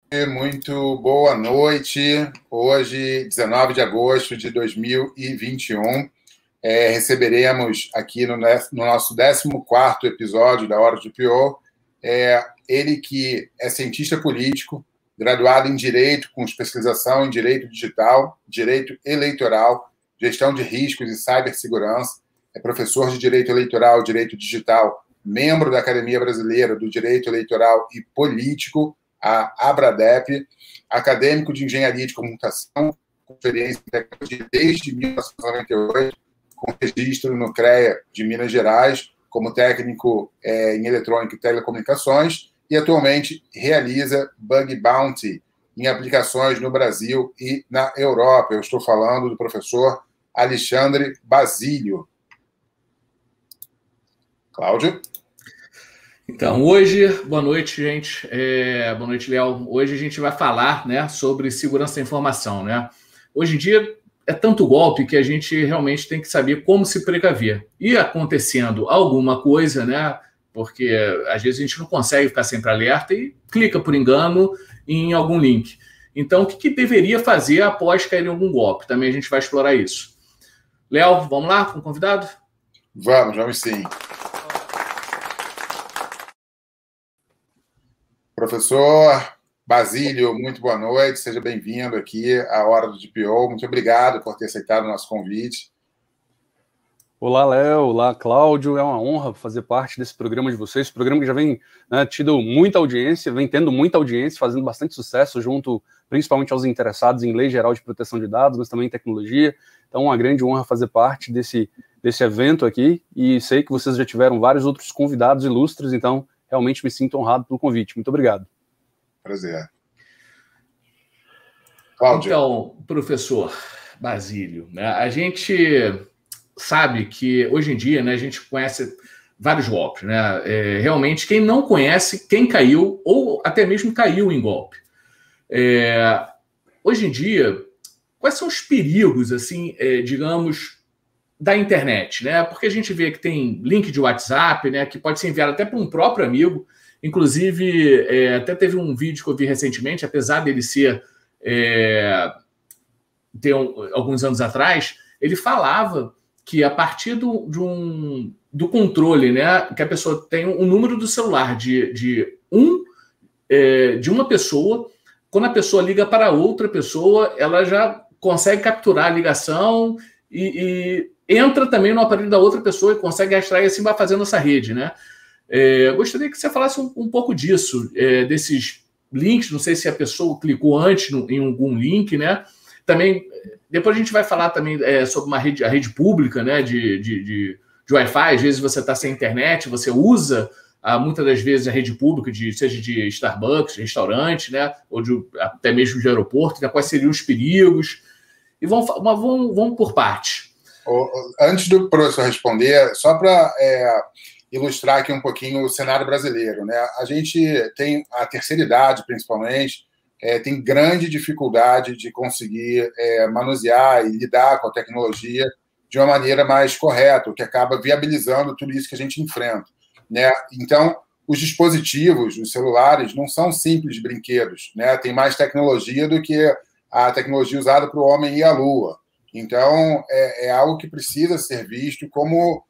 Muito boa noite. Hoje, 19 de agosto de 2021, receberemos aqui no nosso 14º episódio da Hora do P.O. Ele que é cientista político, graduado em Direito, com especialização em Direito Digital, Direito Eleitoral, Gestão de Riscos e Cibersegurança, é professor de Direito Eleitoral e Direito Digital, membro da Academia Brasileira do Direito Eleitoral e Político, a ABRADEP, acadêmico de Engenharia de Computação, com experiência em tecnologia desde 1998, com registro no CREA de Minas Gerais, como técnico em eletrônica e telecomunicações, e atualmente realiza Bug Bounty em aplicações no Brasil e na Europa. Eu estou falando do professor Alexandre Basílio. Cláudio? Então, hoje, boa noite, gente. Boa noite, Léo. Hoje a gente vai falar, né, sobre segurança da informação, né? Hoje em dia é tanto golpe que a gente realmente tem que saber como se precaver. E acontecendo alguma coisa, né? Porque às vezes a gente não consegue ficar sempre alerta e clica por engano em algum link. Então, o que deveria fazer após cair em algum golpe? Também a gente vai explorar isso. Léo, vamos lá com o convidado? Vamos sim. Professor Basílio, muito boa noite, seja bem-vindo aqui à Hora do DPO. Muito obrigado por ter aceitado o nosso convite. Olá, Léo. Olá, Cláudio. É uma honra fazer parte desse programa de vocês. Programa que já vem tido muita audiência, vem tendo muita audiência, fazendo bastante sucesso junto, principalmente aos interessados em lei geral de proteção de dados, mas também em tecnologia. Então, uma grande honra fazer parte desse evento aqui. E sei que vocês já tiveram vários outros convidados ilustres, então realmente me sinto honrado pelo convite. Muito obrigado. Prazer. Cláudio. Então, professor Basílio, né, a gente sabe que hoje em dia, né, a gente conhece vários golpes, né? Realmente, quem não conhece, quem caiu ou até mesmo caiu em golpe. Hoje em dia, quais são os perigos, assim, digamos, da internet, né? Porque a gente vê que tem link de WhatsApp, né, que pode ser enviado até para um próprio amigo. Inclusive, até teve um vídeo que eu vi recentemente, apesar dele ser alguns anos atrás, ele falava que a partir do controle, né, que a pessoa tem um número do celular de uma pessoa, quando a pessoa liga para outra pessoa, ela já consegue capturar a ligação e entra também no aparelho da outra pessoa e consegue extrair, assim vai fazendo essa rede, né? Gostaria que você falasse um pouco disso, desses links, não sei se a pessoa clicou antes em algum link, né? Também, depois a gente vai falar também sobre a rede pública, né, de Wi-Fi. Às vezes você está sem internet, você usa muitas das vezes a rede pública, seja de Starbucks, de restaurante, né, ou até mesmo de aeroporto, né, quais seriam os perigos. E vamos por partes. Antes do professor responder, só para ilustrar aqui um pouquinho o cenário brasileiro, né? A gente tem a terceira idade, principalmente, tem grande dificuldade de conseguir manusear e lidar com a tecnologia de uma maneira mais correta, o que acaba viabilizando tudo isso que a gente enfrenta, né? Então, os dispositivos, os celulares, não são simples brinquedos, né? Tem mais tecnologia do que a tecnologia usada para o homem ir à Lua. Então, é algo que precisa ser visto como,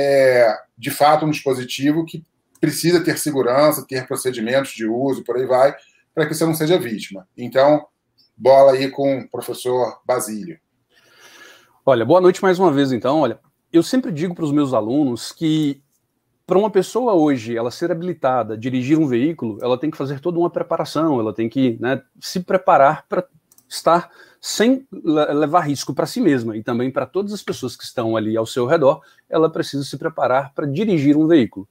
de fato, um dispositivo que precisa ter segurança, ter procedimentos de uso, por aí vai, para que você não seja vítima. Então, bola aí com o professor Basílio. Olha, boa noite mais uma vez, então. Olha, eu sempre digo para os meus alunos que, para uma pessoa hoje, ela ser habilitada a dirigir um veículo, ela tem que fazer toda uma preparação, ela tem que, né, se preparar para estar sem levar risco para si mesma e também para todas as pessoas que estão ali ao seu redor, ela precisa se preparar para dirigir um veículo.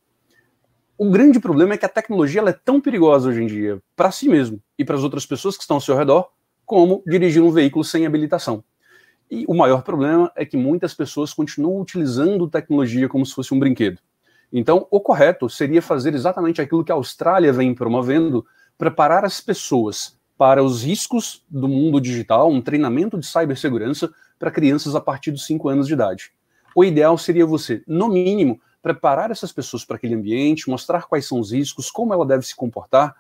O grande problema é que a tecnologia ela é tão perigosa hoje em dia para si mesmo e para as outras pessoas que estão ao seu redor, como dirigir um veículo sem habilitação. E o maior problema é que muitas pessoas continuam utilizando tecnologia como se fosse um brinquedo. Então, o correto seria fazer exatamente aquilo que a Austrália vem promovendo, preparar as pessoas para os riscos do mundo digital, um treinamento de cibersegurança para crianças a partir dos 5 anos de idade. O ideal seria você, no mínimo, preparar essas pessoas para aquele ambiente, mostrar quais são os riscos, como ela deve se comportar,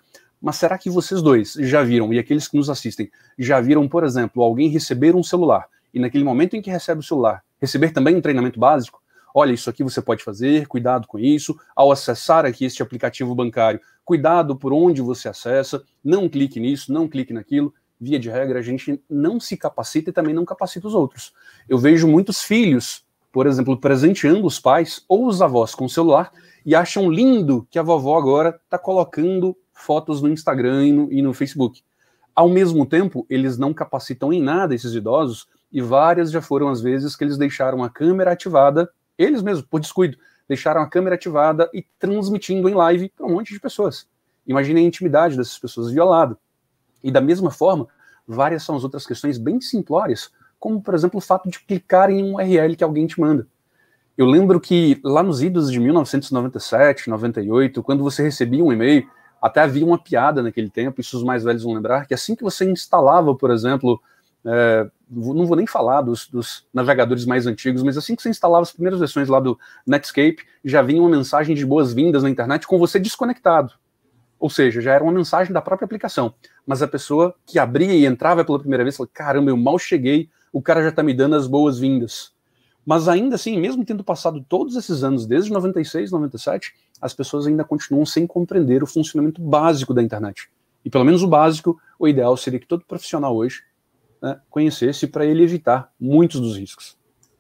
Mas será que vocês dois já viram, e aqueles que nos assistem, já viram, por exemplo, alguém receber um celular, e naquele momento em que recebe o celular, receber também um treinamento básico? Olha, isso aqui você pode fazer, cuidado com isso. Ao acessar aqui este aplicativo bancário, cuidado por onde você acessa, não clique nisso, não clique naquilo. Via de regra, a gente não se capacita e também não capacita os outros. Eu vejo muitos filhos, por exemplo, presenteando os pais ou os avós com o celular e acham lindo que a vovó agora está colocando fotos no Instagram e no Facebook. Ao mesmo tempo, eles não capacitam em nada esses idosos e várias já foram as vezes que eles deixaram a câmera ativada, eles mesmos, por descuido, deixaram a câmera ativada e transmitindo em live para um monte de pessoas. Imaginem a intimidade dessas pessoas violada. E da mesma forma, várias são as outras questões bem simplórias, como, por exemplo, o fato de clicar em um URL que alguém te manda. Eu lembro que lá nos idos de 1997, 98, quando você recebia um e-mail, até havia uma piada naquele tempo, isso os mais velhos vão lembrar, que assim que você instalava, por exemplo, não vou nem falar dos navegadores mais antigos, mas assim que você instalava as primeiras versões lá do Netscape, já vinha uma mensagem de boas-vindas na internet com você desconectado. Ou seja, já era uma mensagem da própria aplicação. Mas a pessoa que abria e entrava pela primeira vez, falou, caramba, eu mal cheguei, o cara já está me dando as boas-vindas. Mas ainda assim, mesmo tendo passado todos esses anos, desde 96, 97, as pessoas ainda continuam sem compreender o funcionamento básico da internet. E pelo menos o básico, o ideal seria que todo profissional hoje, né, conhecesse para ele evitar muitos dos riscos.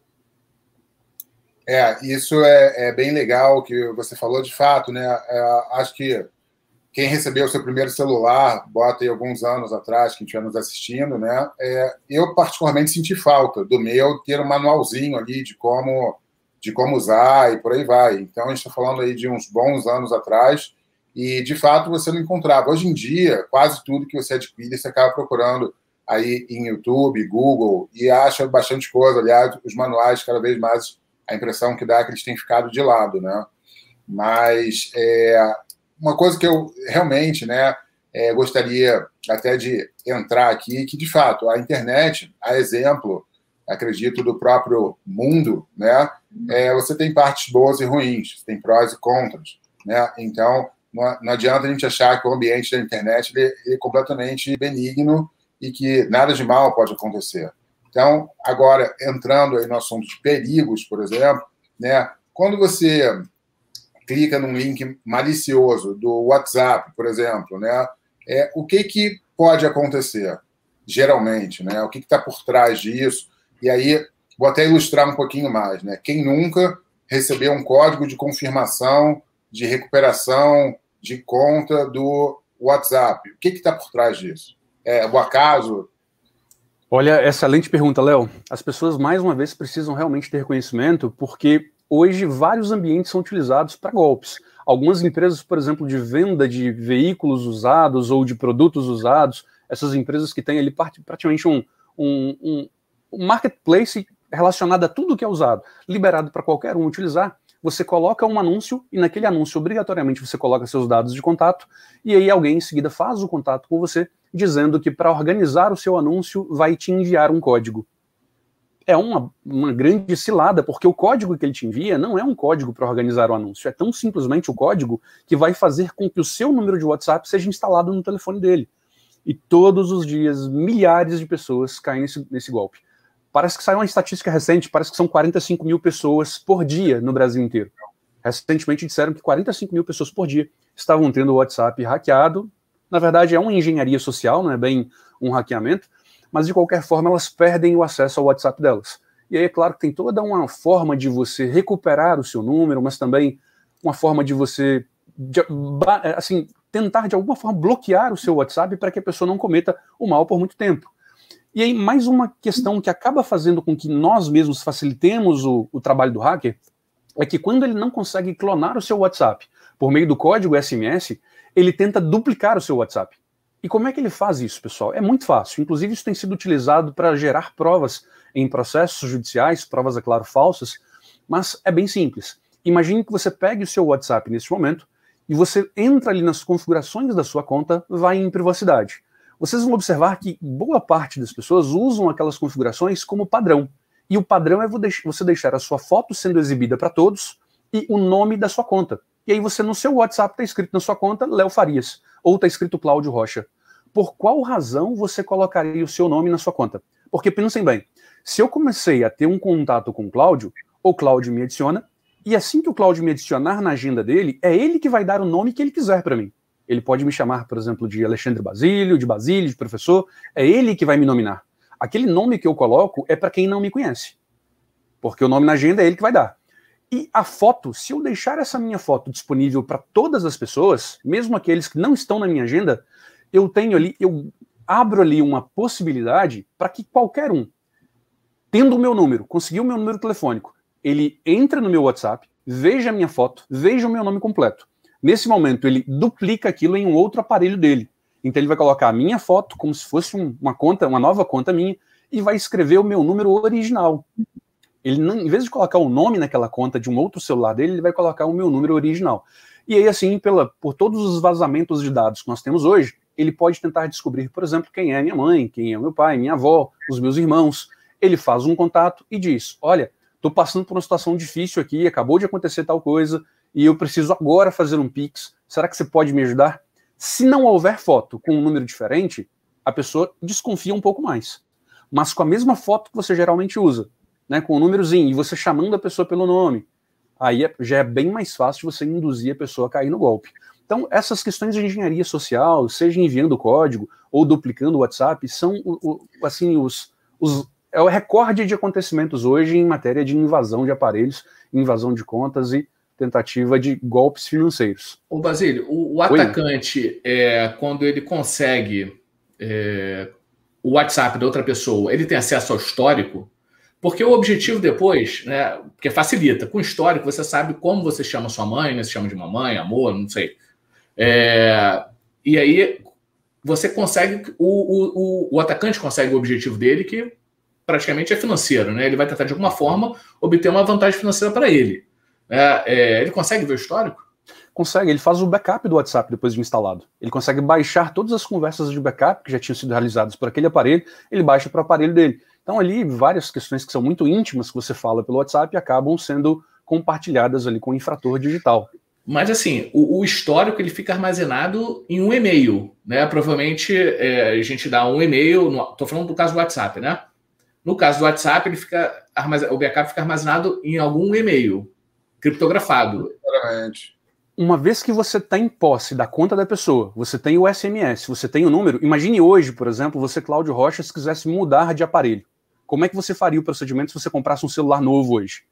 Isso é bem legal que você falou de fato, né? Acho que quem recebeu o seu primeiro celular, bota aí alguns anos atrás, quem estiver nos assistindo, né? Eu particularmente senti falta do meu ter um manualzinho ali de como usar e por aí vai. Então, a gente está falando aí de uns bons anos atrás e, de fato, você não encontrava. Hoje em dia, quase tudo que você adquire, você acaba procurando aí em YouTube, Google, e acha bastante coisa. Aliás, os manuais, cada vez mais, a impressão que dá é que eles têm ficado de lado, né? Mas uma coisa que eu realmente, né, gostaria até de entrar aqui, que, de fato, a internet, a exemplo, acredito, do próprio mundo, né, você tem partes boas e ruins, você tem prós e contras, né? Então, não adianta a gente achar que o ambiente da internet ele é completamente benigno e que nada de mal pode acontecer. Então, agora, entrando aí no assunto de perigos, por exemplo, né, quando você clica num link malicioso do WhatsApp, por exemplo, né, o que pode acontecer, geralmente, né? O que está por trás disso? E aí, vou até ilustrar um pouquinho mais, né? Quem nunca recebeu um código de confirmação de recuperação de conta do WhatsApp? O que está por trás disso? O acaso? Olha, excelente pergunta, Léo. As pessoas, mais uma vez, precisam realmente ter conhecimento, porque hoje vários ambientes são utilizados para golpes. Algumas empresas, por exemplo, de venda de veículos usados ou de produtos usados, essas empresas que têm ali praticamente um marketplace relacionado a tudo que é usado, liberado para qualquer um utilizar, você coloca um anúncio e naquele anúncio obrigatoriamente você coloca seus dados de contato e aí alguém em seguida faz o contato com você dizendo que para organizar o seu anúncio vai te enviar um código. É uma grande cilada, porque o código que ele te envia não é um código para organizar o anúncio, é tão simplesmente o código que vai fazer com que o seu número de WhatsApp seja instalado no telefone dele. E todos os dias, milhares de pessoas caem nesse golpe. Parece que saiu uma estatística recente, parece que são 45 mil pessoas por dia no Brasil inteiro. Recentemente disseram que 45 mil pessoas por dia estavam tendo o WhatsApp hackeado. Na verdade, é uma engenharia social, não é bem um hackeamento, mas de qualquer forma elas perdem o acesso ao WhatsApp delas. E aí é claro que tem toda uma forma de você recuperar o seu número, mas também uma forma de você, assim, tentar de alguma forma bloquear o seu WhatsApp para que a pessoa não cometa o mal por muito tempo. E aí mais uma questão que acaba fazendo com que nós mesmos facilitemos o trabalho do hacker é que quando ele não consegue clonar o seu WhatsApp por meio do código SMS, ele tenta duplicar o seu WhatsApp. E como é que ele faz isso, pessoal? É muito fácil. Inclusive, isso tem sido utilizado para gerar provas em processos judiciais, provas, é claro, falsas, mas é bem simples. Imagine que você pegue o seu WhatsApp nesse momento e você entra ali nas configurações da sua conta, vai em privacidade. Vocês vão observar que boa parte das pessoas usam aquelas configurações como padrão. E o padrão é você deixar a sua foto sendo exibida para todos e o nome da sua conta. E aí você, no seu WhatsApp, está escrito na sua conta, Léo Farias. ou está escrito Cláudio Rocha. Por qual razão você colocaria o seu nome na sua conta? Porque pensem bem, se eu comecei a ter um contato com o Cláudio me adiciona, e assim que o Cláudio me adicionar na agenda dele, é ele que vai dar o nome que ele quiser para mim. Ele pode me chamar, por exemplo, de Alexandre Basílio, de professor, é ele que vai me nominar. Aquele nome que eu coloco é para quem não me conhece, porque o nome na agenda é ele que vai dar. E a foto, se eu deixar essa minha foto disponível para todas as pessoas, mesmo aqueles que não estão na minha agenda, eu abro ali uma possibilidade para que qualquer um, tendo o meu número, conseguiu o meu número telefônico, ele entra no meu WhatsApp, veja a minha foto, veja o meu nome completo. Nesse momento, ele duplica aquilo em um outro aparelho dele. Então ele vai colocar a minha foto como se fosse uma nova conta minha, e vai escrever o meu número original. Ele não, em vez de colocar o nome naquela conta de um outro celular dele, ele vai colocar o meu número original. E aí, assim, por todos os vazamentos de dados que nós temos hoje, ele pode tentar descobrir, por exemplo, quem é minha mãe, quem é meu pai, minha avó, os meus irmãos. Ele faz um contato e diz, olha, estou passando por uma situação difícil aqui, acabou de acontecer tal coisa, e eu preciso agora fazer um Pix, será que você pode me ajudar? Se não houver foto com um número diferente, a pessoa desconfia um pouco mais. Mas com a mesma foto que você geralmente usa, né, com o númerozinho, e você chamando a pessoa pelo nome, aí já é bem mais fácil você induzir a pessoa a cair no golpe. Então, essas questões de engenharia social, seja enviando código ou duplicando o WhatsApp, são é o recorde de acontecimentos hoje em matéria de invasão de aparelhos, invasão de contas e tentativa de golpes financeiros. Ô Basílio, o atacante, quando ele consegue o WhatsApp da outra pessoa, ele tem acesso ao histórico? Porque o objetivo depois, né, porque facilita, com o histórico você sabe como você chama sua mãe, né, se chama de mamãe, amor, não sei. E aí você consegue, o atacante consegue o objetivo dele, que praticamente é financeiro, né? Ele vai tentar de alguma forma obter uma vantagem financeira para ele. Ele consegue ver o histórico? Consegue, ele faz o backup do WhatsApp depois de instalado. Ele consegue baixar todas as conversas de backup que já tinham sido realizadas por aquele aparelho, ele baixa para o aparelho dele. Então ali, várias questões que são muito íntimas que você fala pelo WhatsApp acabam sendo compartilhadas ali com o infrator digital. Mas assim, o histórico ele fica armazenado em um e-mail, né? Provavelmente a gente dá um e-mail, estou falando do caso do WhatsApp, né? No caso do WhatsApp, o backup fica armazenado em algum e-mail criptografado. Claramente. Uma vez que você está em posse da conta da pessoa, você tem o SMS, você tem o número, imagine hoje, por exemplo, você, Cláudio Rocha, se quisesse mudar de aparelho. Como é que você faria o procedimento se você comprasse um celular novo hoje?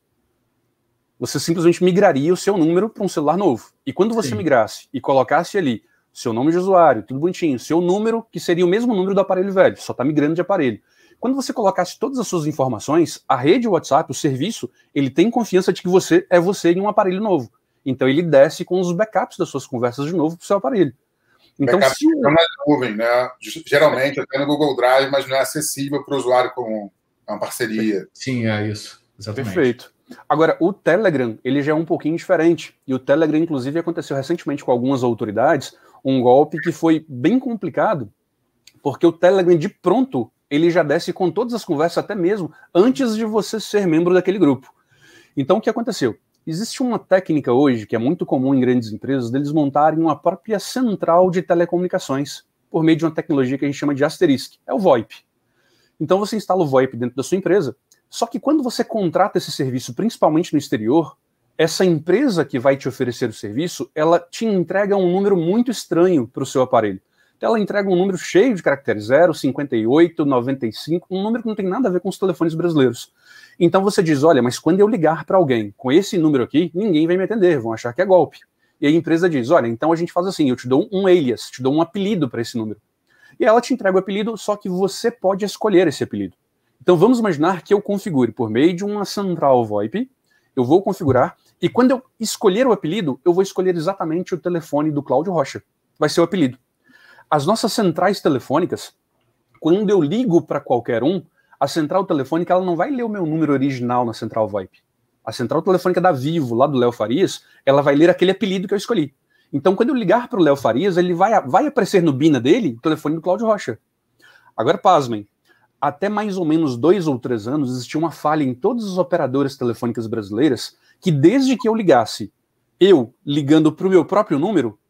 Você simplesmente migraria o seu número para um celular novo. E quando você migrasse e colocasse ali seu nome de usuário, tudo bonitinho, seu número, que seria o mesmo número do aparelho velho, só está migrando de aparelho. Quando você colocasse todas as suas informações, a rede WhatsApp, o serviço, ele tem confiança de que você é você em um aparelho novo. Então ele desce com os backups das suas conversas de novo para o seu aparelho. Então, backup na nuvem, né? Geralmente até no Google Drive, mas não é acessível para o usuário comum. É uma parceria. Sim, é isso. Exatamente. Perfeito. Agora, o Telegram, ele já é um pouquinho diferente. E o Telegram, inclusive, aconteceu recentemente com algumas autoridades, um golpe que foi bem complicado, porque o Telegram, de pronto, ele já desce com todas as conversas, até mesmo antes de você ser membro daquele grupo. Então, o que aconteceu? Existe uma técnica hoje, que é muito comum em grandes empresas, deles montarem uma própria central de telecomunicações, por meio de uma tecnologia que a gente chama de Asterisk. É o VoIP. Então, você instala o VoIP dentro da sua empresa, só que quando você contrata esse serviço, principalmente no exterior, essa empresa que vai te oferecer o serviço, ela te entrega um número muito estranho para o seu aparelho. Então, ela entrega um número cheio de caracteres, 0, 58, 95, um número que não tem nada a ver com os telefones brasileiros. Então você diz, olha, mas quando eu ligar para alguém com esse número aqui, ninguém vai me atender, vão achar que é golpe. E a empresa diz, olha, então a gente faz assim, eu te dou um alias, te dou um apelido para esse número. E ela te entrega o apelido, só que você pode escolher esse apelido. Então vamos imaginar que eu configure por meio de uma central VoIP, eu vou configurar, e quando eu escolher o apelido, eu vou escolher exatamente o telefone do Cláudio Rocha. Vai ser o apelido. As nossas centrais telefônicas, quando eu ligo para qualquer um, a central telefônica ela não vai ler o meu número original na central VoIP. A central telefônica da Vivo, lá do Léo Farias, ela vai ler aquele apelido que eu escolhi. Então, quando eu ligar para o Léo Farias, ele vai aparecer no BINA dele o telefone do Cláudio Rocha. Agora, pasmem, até mais ou menos 2 ou 3 anos existia uma falha em todas as operadoras telefônicas brasileiras que desde que eu ligasse, eu ligando para o meu próprio número,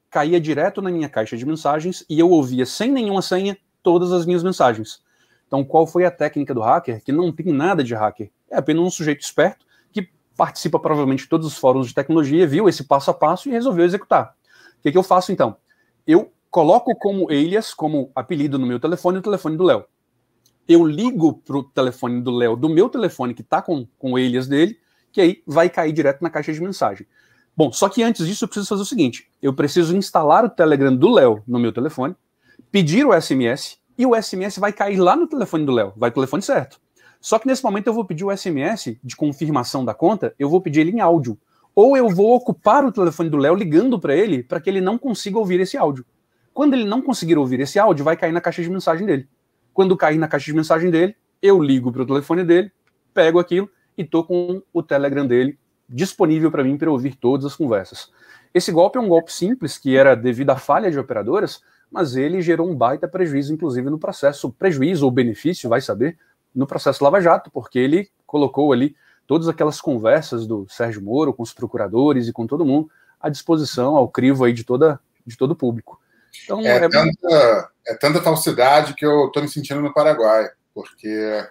caía direto na minha caixa de mensagens e eu ouvia sem nenhuma senha todas as minhas mensagens. Então, qual foi a técnica do hacker? Que não tem nada de hacker. É apenas um sujeito esperto que participa provavelmente de todos os fóruns de tecnologia, viu esse passo a passo e resolveu executar. O que eu faço, então? Eu coloco como alias, como apelido no meu telefone, o telefone do Léo. Eu ligo para o telefone do Léo, do meu telefone que está com o alias dele, que aí vai cair direto na caixa de mensagem. Bom, só que antes disso eu preciso fazer o seguinte, eu preciso instalar o Telegram do Léo no meu telefone, pedir o SMS, e o SMS vai cair lá no telefone do Léo, vai pro telefone certo. Só que nesse momento eu vou pedir o SMS de confirmação da conta, eu vou pedir ele em áudio. Ou eu vou ocupar o telefone do Léo ligando para ele, para que ele não consiga ouvir esse áudio. Quando ele não conseguir ouvir esse áudio, vai cair na caixa de mensagem dele. Quando cair na caixa de mensagem dele, eu ligo para o telefone dele, pego aquilo e tô com o Telegram dele disponível para mim para ouvir todas as conversas. Esse golpe é um golpe simples, que era devido à falha de operadoras, mas ele gerou um baita prejuízo, inclusive no processo, prejuízo ou benefício, vai saber, no processo Lava Jato, porque ele colocou ali todas aquelas conversas do Sérgio Moro com os procuradores e com todo mundo à disposição, ao crivo aí de todo o público. Então, é tanta falsidade que eu estou me sentindo no Paraguai, porque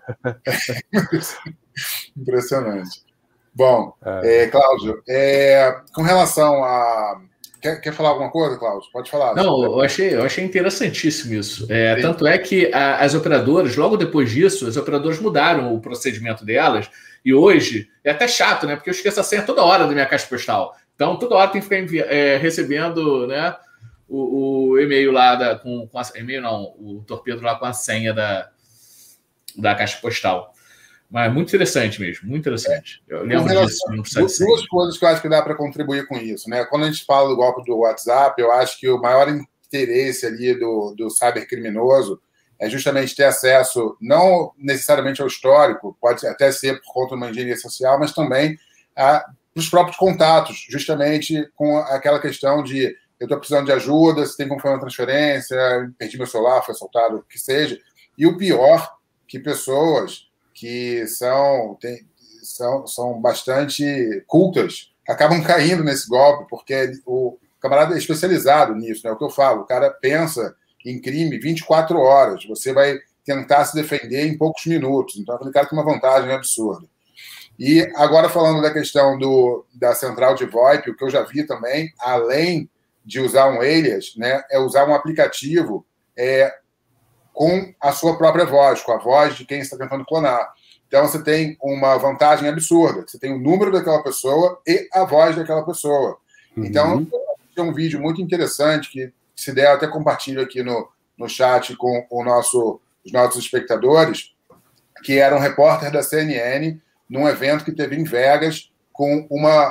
é impressionante. Bom, Cláudio, com relação a... Quer falar alguma coisa, Cláudio? Pode falar. Não, eu achei interessantíssimo isso. Tanto é que as operadoras, logo depois disso, as operadoras mudaram o procedimento delas, e hoje é até chato, né? Porque eu esqueço a senha toda hora da minha caixa postal. Então, toda hora tem que ficar recebendo, né, o e-mail lá e-mail não, o torpedo lá com a senha da caixa postal. Mas muito interessante mesmo, muito interessante. Eu lembro disso. Duas coisas que eu acho que dá para contribuir com isso, né? Quando a gente fala do golpe do WhatsApp, eu acho que o maior interesse ali do cybercriminoso é justamente ter acesso, não necessariamente ao histórico, pode até ser por conta de uma engenharia social, mas também os próprios contatos, justamente com aquela questão de eu estou precisando de ajuda, se tem como fazer uma transferência, perdi meu celular, foi assaltado, o que seja. E o pior, que pessoas que são bastante cultas acabam caindo nesse golpe, porque o camarada é especializado nisso, né? O que eu falo, o cara pensa em crime 24 horas, você vai tentar se defender em poucos minutos, então aquele cara tem uma vantagem absurda. E agora falando da questão da central de VoIP, o que eu já vi também, além de usar um alias, né, é usar um aplicativo com a sua própria voz, com a voz de quem está tentando clonar. Então, você tem uma vantagem absurda. Você tem o número daquela pessoa e a voz daquela pessoa. Uhum. Então, tem um vídeo muito interessante que, se der, eu até compartilho aqui no chat com os nossos espectadores, que era um repórter da CNN num evento que teve em Vegas com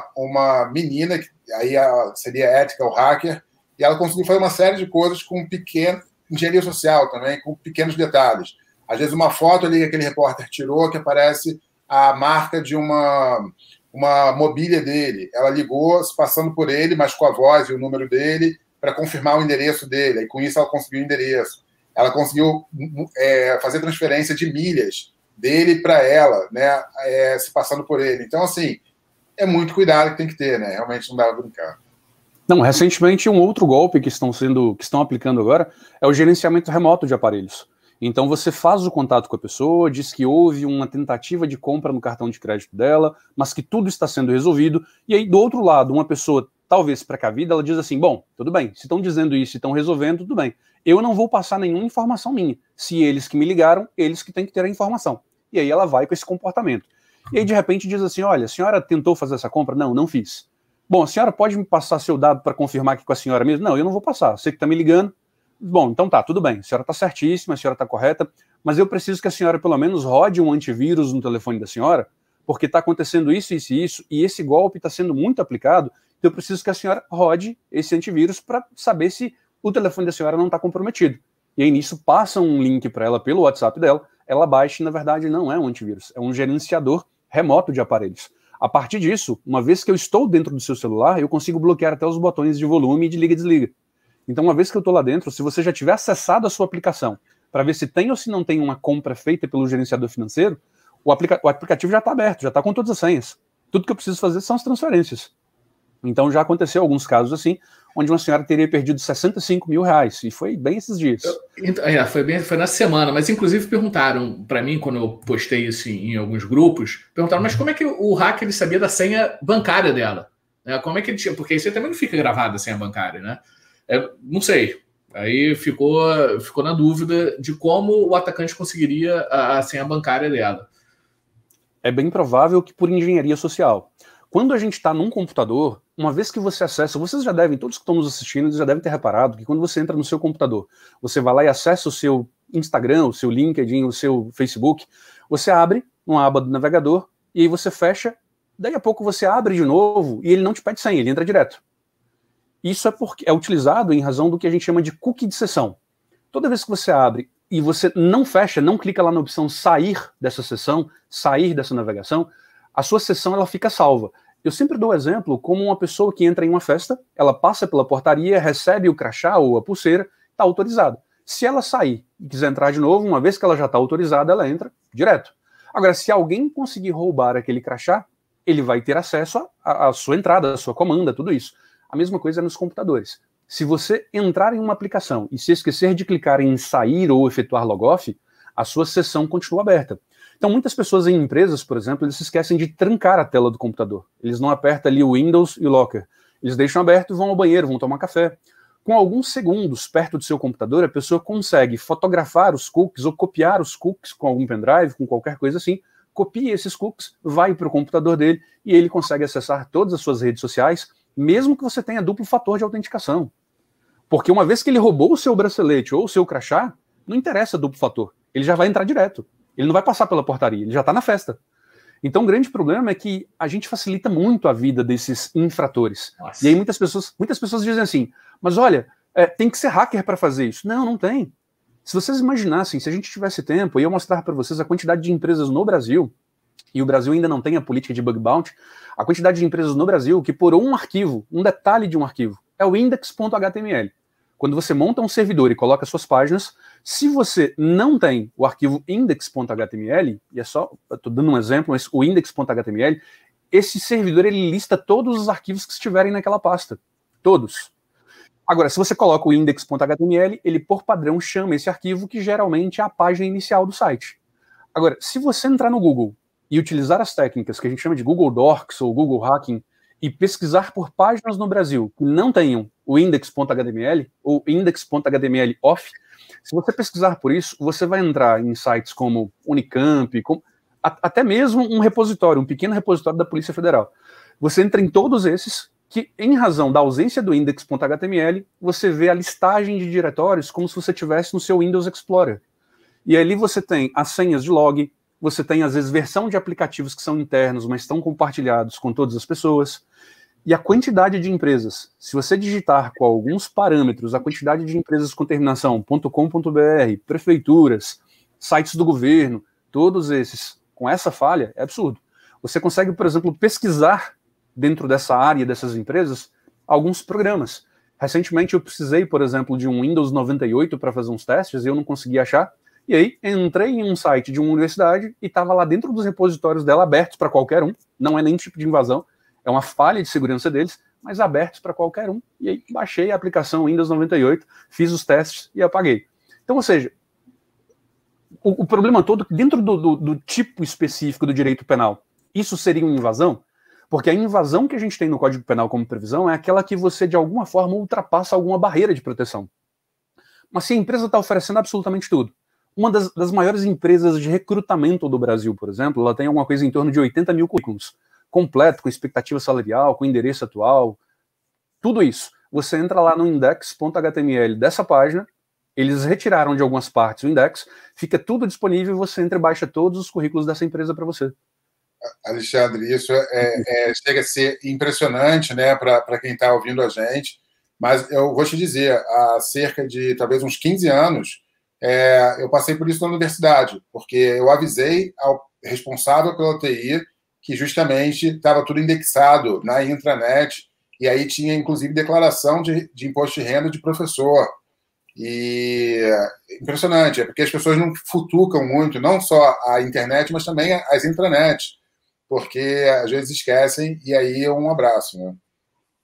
uma menina, que aí seria ethical hacker, e ela conseguiu fazer uma série de coisas com engenharia social também, com pequenos detalhes. Às vezes uma foto ali que aquele repórter tirou que aparece a marca de uma mobília dele. Ela ligou se passando por ele, mas com a voz e o número dele, para confirmar o endereço dele. E com isso ela conseguiu o endereço. Ela conseguiu fazer transferência de milhas dele para ela, né, se passando por ele. Então, assim, é muito cuidado que tem que ter, né? Realmente não dá para brincar. Não, recentemente um outro golpe que estão aplicando agora é o gerenciamento remoto de aparelhos. Então você faz o contato com a pessoa, diz que houve uma tentativa de compra no cartão de crédito dela, mas que tudo está sendo resolvido, e aí do outro lado, uma pessoa talvez precavida, ela diz assim, bom, tudo bem, se estão dizendo isso e estão resolvendo, tudo bem, eu não vou passar nenhuma informação minha, se eles que me ligaram, eles que têm que ter a informação. E aí ela vai com esse comportamento. E aí de repente diz assim, olha, a senhora tentou fazer essa compra? Não, não fiz. Bom, a senhora pode me passar seu dado para confirmar aqui com a senhora mesmo? Não, eu não vou passar, você que está me ligando. Bom, então tá, tudo bem, a senhora está certíssima, a senhora está correta, mas eu preciso que a senhora pelo menos rode um antivírus no telefone da senhora, porque está acontecendo isso, isso e isso, e esse golpe está sendo muito aplicado, então eu preciso que a senhora rode esse antivírus para saber se o telefone da senhora não está comprometido. E aí nisso passa um link para ela pelo WhatsApp dela, ela baixa e na verdade não é um antivírus, é um gerenciador remoto de aparelhos. A partir disso, uma vez que eu estou dentro do seu celular, eu consigo bloquear até os botões de volume e de liga e desliga. Então, uma vez que eu estou lá dentro, se você já tiver acessado a sua aplicação para ver se tem ou se não tem uma compra feita pelo gerenciador financeiro, o aplicativo já está aberto, já está com todas as senhas. Tudo que eu preciso fazer são as transferências. Então já aconteceu alguns casos assim, onde uma senhora teria perdido 65 mil reais, e foi bem esses dias. Foi na semana, mas inclusive perguntaram para mim, quando eu postei isso em alguns grupos, perguntaram, mas como é que o hacker ele sabia da senha bancária dela? Como é que ele tinha? Porque isso também não fica gravado a senha bancária, né? Não sei. Aí ficou na dúvida de como o atacante conseguiria a senha bancária dela. É bem provável que por engenharia social. Quando a gente está num computador, uma vez que você acessa, vocês já devem, todos que estão nos assistindo, já devem ter reparado que quando você entra no seu computador, você vai lá e acessa o seu Instagram, o seu LinkedIn, o seu Facebook, você abre uma aba do navegador e aí você fecha, daí a pouco você abre de novo e ele não te pede senha, ele entra direto. Isso é utilizado em razão do que a gente chama de cookie de sessão. Toda vez que você abre e você não fecha, não clica lá na opção sair dessa sessão, sair dessa navegação, a sua sessão ela fica salva. Eu sempre dou exemplo como uma pessoa que entra em uma festa, ela passa pela portaria, recebe o crachá ou a pulseira, está autorizada. Se ela sair e quiser entrar de novo, uma vez que ela já está autorizada, ela entra direto. Agora, se alguém conseguir roubar aquele crachá, ele vai ter acesso à sua entrada, à sua comanda, tudo isso. A mesma coisa nos computadores. Se você entrar em uma aplicação e se esquecer de clicar em sair ou efetuar logoff, a sua sessão continua aberta. Então, muitas pessoas em empresas, por exemplo, eles se esquecem de trancar a tela do computador. Eles não apertam ali o Windows e o Locker. Eles deixam aberto e vão ao banheiro, vão tomar café. Com alguns segundos perto do seu computador, a pessoa consegue fotografar os cookies ou copiar os cookies com algum pendrive, com qualquer coisa assim, copia esses cookies, vai para o computador dele e ele consegue acessar todas as suas redes sociais, mesmo que você tenha duplo fator de autenticação. Porque uma vez que ele roubou o seu bracelete ou o seu crachá, não interessa duplo fator. Ele já vai entrar direto. Ele não vai passar pela portaria, ele já está na festa. Então o grande problema é que a gente facilita muito a vida desses infratores. Nossa. E aí muitas pessoas dizem assim, mas olha, tem que ser hacker para fazer isso. Não, não tem. Se vocês imaginassem, se a gente tivesse tempo, eu ia mostrar para vocês a quantidade de empresas no Brasil, e o Brasil ainda não tem a política de bug bounty, a quantidade de empresas no Brasil que por um arquivo, um detalhe de um arquivo, é o index.html. Quando você monta um servidor e coloca suas páginas, se você não tem o arquivo index.html, e é só, estou dando um exemplo, mas o index.html, esse servidor ele lista todos os arquivos que estiverem naquela pasta. Todos. Agora, se você coloca o index.html, ele por padrão chama esse arquivo que geralmente é a página inicial do site. Agora, se você entrar no Google e utilizar as técnicas que a gente chama de Google Docs ou Google Hacking e pesquisar por páginas no Brasil que não tenham o index.html ou index.html off, se você pesquisar por isso, você vai entrar em sites como Unicamp, até mesmo um repositório, um pequeno repositório da Polícia Federal. Você entra em todos esses que, em razão da ausência do index.html, você vê a listagem de diretórios como se você estivesse no seu Windows Explorer. E ali você tem as senhas de log, você tem, às vezes, versão de aplicativos que são internos, mas estão compartilhados com todas as pessoas. E a quantidade de empresas, se você digitar com alguns parâmetros, a quantidade de empresas com terminação .com.br, prefeituras, sites do governo, todos esses, com essa falha, é absurdo. Você consegue, por exemplo, pesquisar dentro dessa área dessas empresas alguns programas. Recentemente eu precisei, por exemplo, de um Windows 98 para fazer uns testes e eu não consegui achar. E aí entrei em um site de uma universidade e estava lá dentro dos repositórios dela abertos para qualquer um. Não é nem tipo de invasão, é uma falha de segurança deles, mas abertos para qualquer um. E aí baixei a aplicação Windows 98, fiz os testes e apaguei. Então, ou seja, o problema todo, dentro do tipo específico do direito penal, isso seria uma invasão? Porque a invasão que a gente tem no Código Penal como previsão é aquela que você, de alguma forma, ultrapassa alguma barreira de proteção. Mas se a empresa está oferecendo absolutamente tudo, uma das maiores empresas de recrutamento do Brasil, por exemplo, ela tem alguma coisa em torno de 80 mil currículos, completo, com expectativa salarial, com endereço atual, tudo isso. Você entra lá no index.html dessa página, eles retiraram de algumas partes o index, fica tudo disponível e você entra e baixa todos os currículos dessa empresa para você. Alexandre, isso chega a ser impressionante, né, para quem está ouvindo a gente, mas eu vou te dizer, há cerca de talvez uns 15 anos, eu passei por isso na universidade, porque eu avisei ao responsável pela TI que justamente estava tudo indexado na intranet, e aí tinha, inclusive, declaração de imposto de renda de professor. E impressionante, porque as pessoas não futucam muito, não só a internet, mas também as intranets, porque às vezes esquecem, e aí um abraço, né?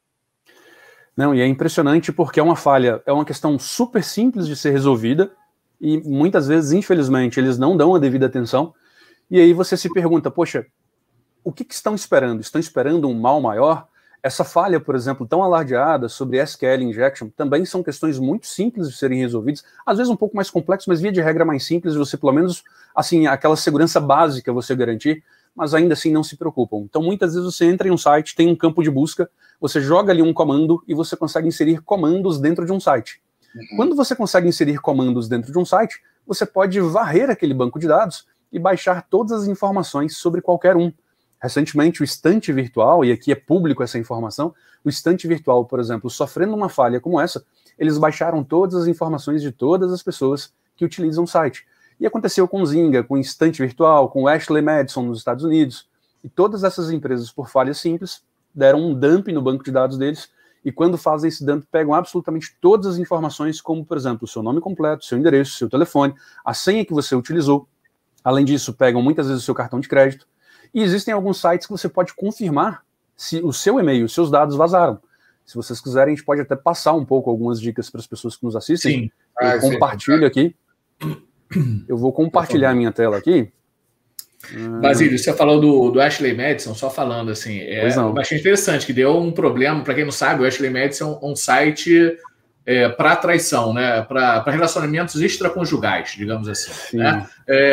Não, e é impressionante porque é uma falha, é uma questão super simples de ser resolvida e muitas vezes, infelizmente, eles não dão a devida atenção. E aí você se pergunta, poxa, o que estão esperando? Estão esperando um mal maior? Essa falha, por exemplo, tão alardeada sobre SQL injection, também são questões muito simples de serem resolvidas, às vezes um pouco mais complexas, mas via de regra mais simples, você pelo menos, assim, aquela segurança básica você garantir, mas ainda assim não se preocupam. Então, muitas vezes você entra em um site, tem um campo de busca, você joga ali um comando e você consegue inserir comandos dentro de um site. Quando você consegue inserir comandos dentro de um site, você pode varrer aquele banco de dados e baixar todas as informações sobre qualquer um. Recentemente, o estante virtual, e aqui é público essa informação, o estante virtual, por exemplo, sofrendo uma falha como essa, eles baixaram todas as informações de todas as pessoas que utilizam o site. E aconteceu com o Zynga, com o estante virtual, com o Ashley Madison nos Estados Unidos, e todas essas empresas, por falhas simples, deram um dump no banco de dados deles, e quando fazem esse dump, pegam absolutamente todas as informações, como, por exemplo, o seu nome completo, seu endereço, seu telefone, a senha que você utilizou. Além disso, pegam muitas vezes o seu cartão de crédito. E existem alguns sites que você pode confirmar se o seu e-mail, os seus dados vazaram. Se vocês quiserem, a gente pode até passar um pouco algumas dicas para as pessoas que nos assistem. Sim. Eu compartilho aqui. Eu vou compartilhar a minha tela aqui. Basílio, você falou do Ashley Madison, só falando assim, eu achei interessante que deu um problema, para quem não sabe, o Ashley Madison é um site para traição, né? Para relacionamentos extraconjugais, digamos assim. Né?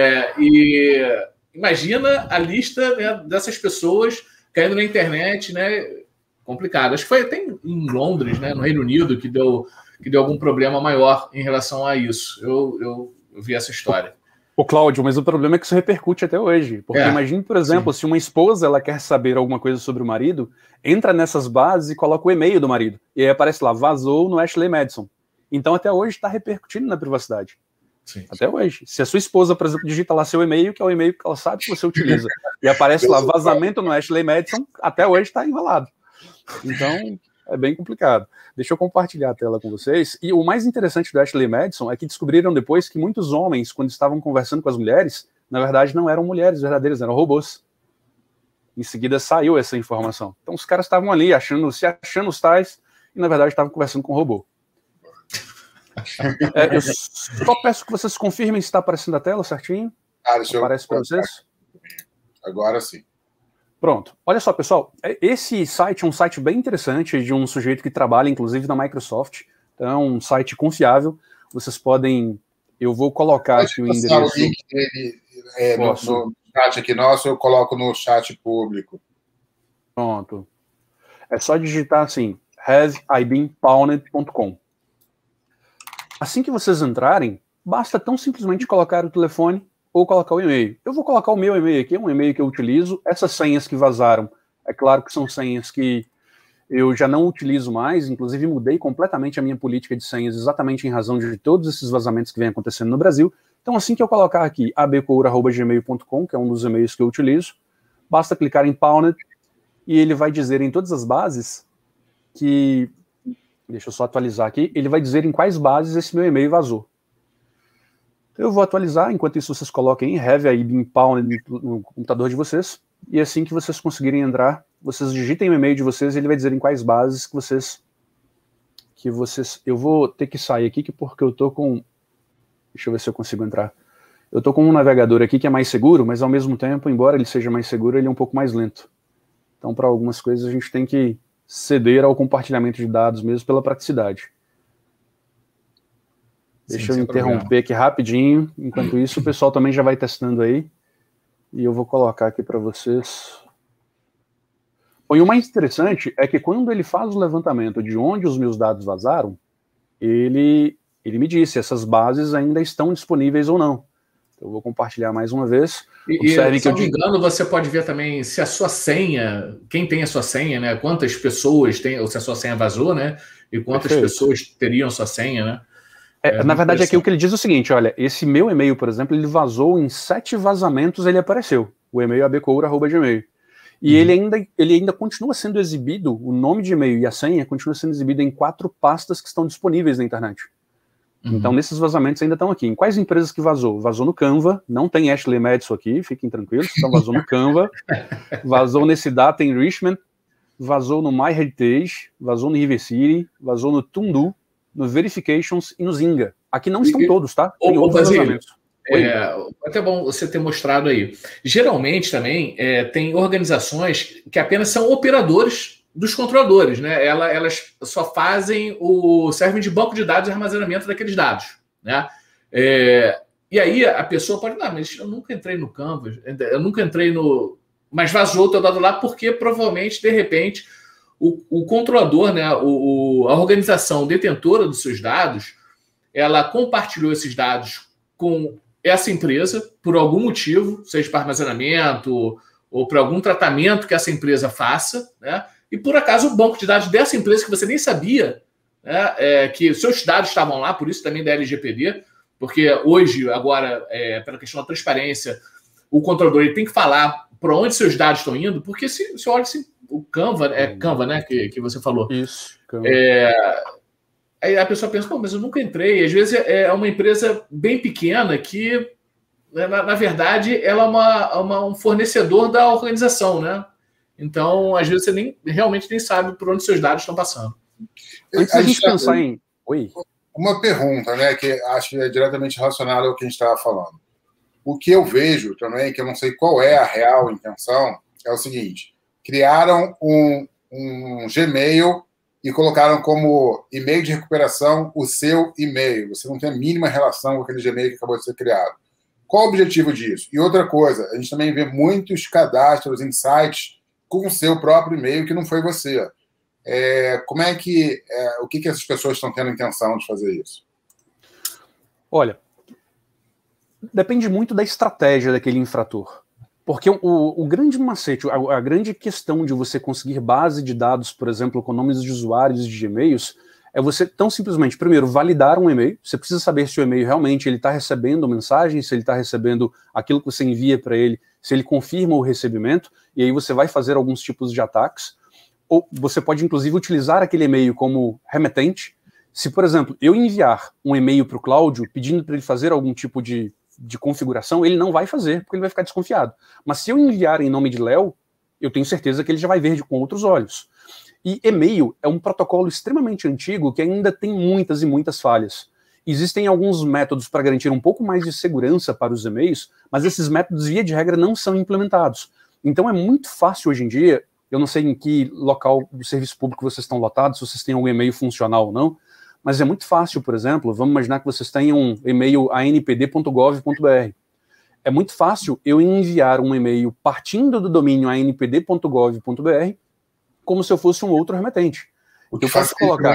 E imagina a lista, né, dessas pessoas caindo na internet, né? Complicado. Acho que foi até em Londres, né, no Reino Unido, que deu algum problema maior em relação a isso. Eu vi essa história. Ô, Cláudio, mas o problema é que isso repercute até hoje. Porque imagine, por exemplo, se uma esposa ela quer saber alguma coisa sobre o marido, entra nessas bases e coloca o e-mail do marido. E aí aparece lá, vazou no Ashley Madison. Então até hoje está repercutindo na privacidade. Sim. Até hoje. Se a sua esposa, por exemplo, digita lá seu e-mail, que é o e-mail que ela sabe que você utiliza, e aparece lá vazamento no Ashley Madison, até hoje está enrolado. Então, é bem complicado. Deixa eu compartilhar a tela com vocês. E o mais interessante do Ashley Madison é que descobriram depois que muitos homens, quando estavam conversando com as mulheres, na verdade não eram mulheres verdadeiras, eram robôs. Em seguida saiu essa informação. Então os caras estavam ali se achando os tais, e na verdade estavam conversando com o robô. Eu só peço que vocês confirmem se está aparecendo a tela certinho. Aparece para vocês? Agora sim. Pronto. Olha só, pessoal. Esse site é um site bem interessante de um sujeito que trabalha, inclusive, na Microsoft. Então, é um site confiável. Vocês podem... Eu vou colocar aqui o endereço. O link dele no chat aqui nosso, eu coloco no chat público. Pronto. É só digitar assim, haveibeenpawned.com. Assim que vocês entrarem, basta tão simplesmente colocar o telefone ou colocar o e-mail. Eu vou colocar o meu e-mail aqui, é um e-mail que eu utilizo. Essas senhas que vazaram, é claro que são senhas que eu já não utilizo mais, inclusive mudei completamente a minha política de senhas exatamente em razão de todos esses vazamentos que vêm acontecendo no Brasil. Então, assim que eu colocar aqui abcoura@gmail.com, que é um dos e-mails que eu utilizo, basta clicar em Pawned e ele vai dizer em todas as bases que... Deixa eu só atualizar aqui. Ele vai dizer em quais bases esse meu e-mail vazou. Eu vou atualizar, enquanto isso vocês coloquem Have aí been pawned no computador de vocês, e assim que vocês conseguirem entrar, vocês digitem o e-mail de vocês e ele vai dizer em quais bases que vocês... Eu vou ter que sair aqui porque eu tô com... Deixa eu ver se eu consigo entrar. Eu tô com um navegador aqui que é mais seguro, mas ao mesmo tempo, embora ele seja mais seguro, ele é um pouco mais lento. Então, para algumas coisas, a gente tem que ceder ao compartilhamento de dados mesmo pela praticidade. Deixa eu interromper aqui rapidinho. Enquanto isso, o pessoal também já vai testando aí. E eu vou colocar aqui para vocês. Bom, e o mais interessante é que quando ele faz o levantamento de onde os meus dados vazaram, ele me disse, essas bases ainda estão disponíveis ou não. Eu vou compartilhar mais uma vez. Se não me engano, você pode ver também se a sua senha, quem tem a sua senha, né? Quantas pessoas tem, ou se a sua senha vazou, né? E quantas pessoas teriam sua senha, né? Na verdade, aqui o que ele diz é o seguinte, olha, esse meu e-mail, por exemplo, ele vazou em 7 vazamentos, ele apareceu. O e-mail abcoura@gmail. E ele ainda continua sendo exibido, o nome de e-mail e a senha continua sendo exibido em 4 pastas que estão disponíveis na internet. Então, nesses vazamentos ainda estão aqui. Em quais empresas que vazou? Vazou no Canva, não tem Ashley Madison aqui, fiquem tranquilos, então vazou no Canva, vazou nesse Data Enrichment, vazou no MyHeritage, vazou no Riversity, vazou no Tundu, no Verifications e no Zynga. Aqui não estão todos, tá? Tem outros vazamentos. Até bom você ter mostrado aí. Geralmente também tem organizações que apenas são operadores dos controladores, né? Elas só servem de banco de dados e armazenamento daqueles dados, né? E aí a pessoa pode, não, mas eu nunca entrei no Canvas, eu nunca entrei no... Mas vazou o teu dado lá porque provavelmente, de repente, o controlador, né, a organização detentora dos seus dados, ela compartilhou esses dados com essa empresa por algum motivo, seja para armazenamento ou por algum tratamento que essa empresa faça, né? E por acaso o banco de dados dessa empresa que você nem sabia, né, que seus dados estavam lá, por isso também da LGPD, porque hoje, agora, pela questão da transparência, o controlador ele tem que falar para onde seus dados estão indo, porque se olha assim, o Canva, Canva, né, que você falou. Isso, Canva. Aí a pessoa pensa, pô, mas eu nunca entrei. Às vezes é uma empresa bem pequena que, na verdade, ela é um fornecedor da organização, né? Então, às vezes, você realmente nem sabe por onde seus dados estão passando. Antes da gente pensar em... Oi? Uma pergunta, né, que acho que é diretamente relacionada ao que a gente estava falando. O que eu vejo também, que eu não sei qual é a real intenção, é o seguinte: criaram um Gmail e colocaram como e-mail de recuperação o seu e-mail. Você não tem a mínima relação com aquele Gmail que acabou de ser criado. Qual o objetivo disso? E outra coisa, a gente também vê muitos cadastros em sites com o seu próprio e-mail que não foi você. Como é que... o que essas pessoas estão tendo intenção de fazer isso? Olha, depende muito da estratégia daquele infrator. Porque o grande macete, a grande questão de você conseguir base de dados, por exemplo, com nomes de usuários de e-mails, é você tão simplesmente, primeiro, validar um e-mail. Você precisa saber se o e-mail realmente está recebendo mensagem, se ele está recebendo aquilo que você envia para ele, se ele confirma o recebimento, e aí você vai fazer alguns tipos de ataques. Ou você pode, inclusive, utilizar aquele e-mail como remetente. Se, por exemplo, eu enviar um e-mail para o Cláudio pedindo para ele fazer algum tipo de configuração, ele não vai fazer, porque ele vai ficar desconfiado. Mas se eu enviar em nome de Léo, eu tenho certeza que ele já vai ver com outros olhos. E e-mail é um protocolo extremamente antigo que ainda tem muitas e muitas falhas. Existem alguns métodos para garantir um pouco mais de segurança para os e-mails, mas esses métodos, via de regra, não são implementados. Então é muito fácil hoje em dia, eu não sei em que local do serviço público vocês estão lotados, se vocês têm algum e-mail funcional ou não, mas é muito fácil, por exemplo, vamos imaginar que vocês tenham um e-mail anpd.gov.br. É muito fácil eu enviar um e-mail partindo do domínio anpd.gov.br como se eu fosse um outro remetente. O que eu posso colocar...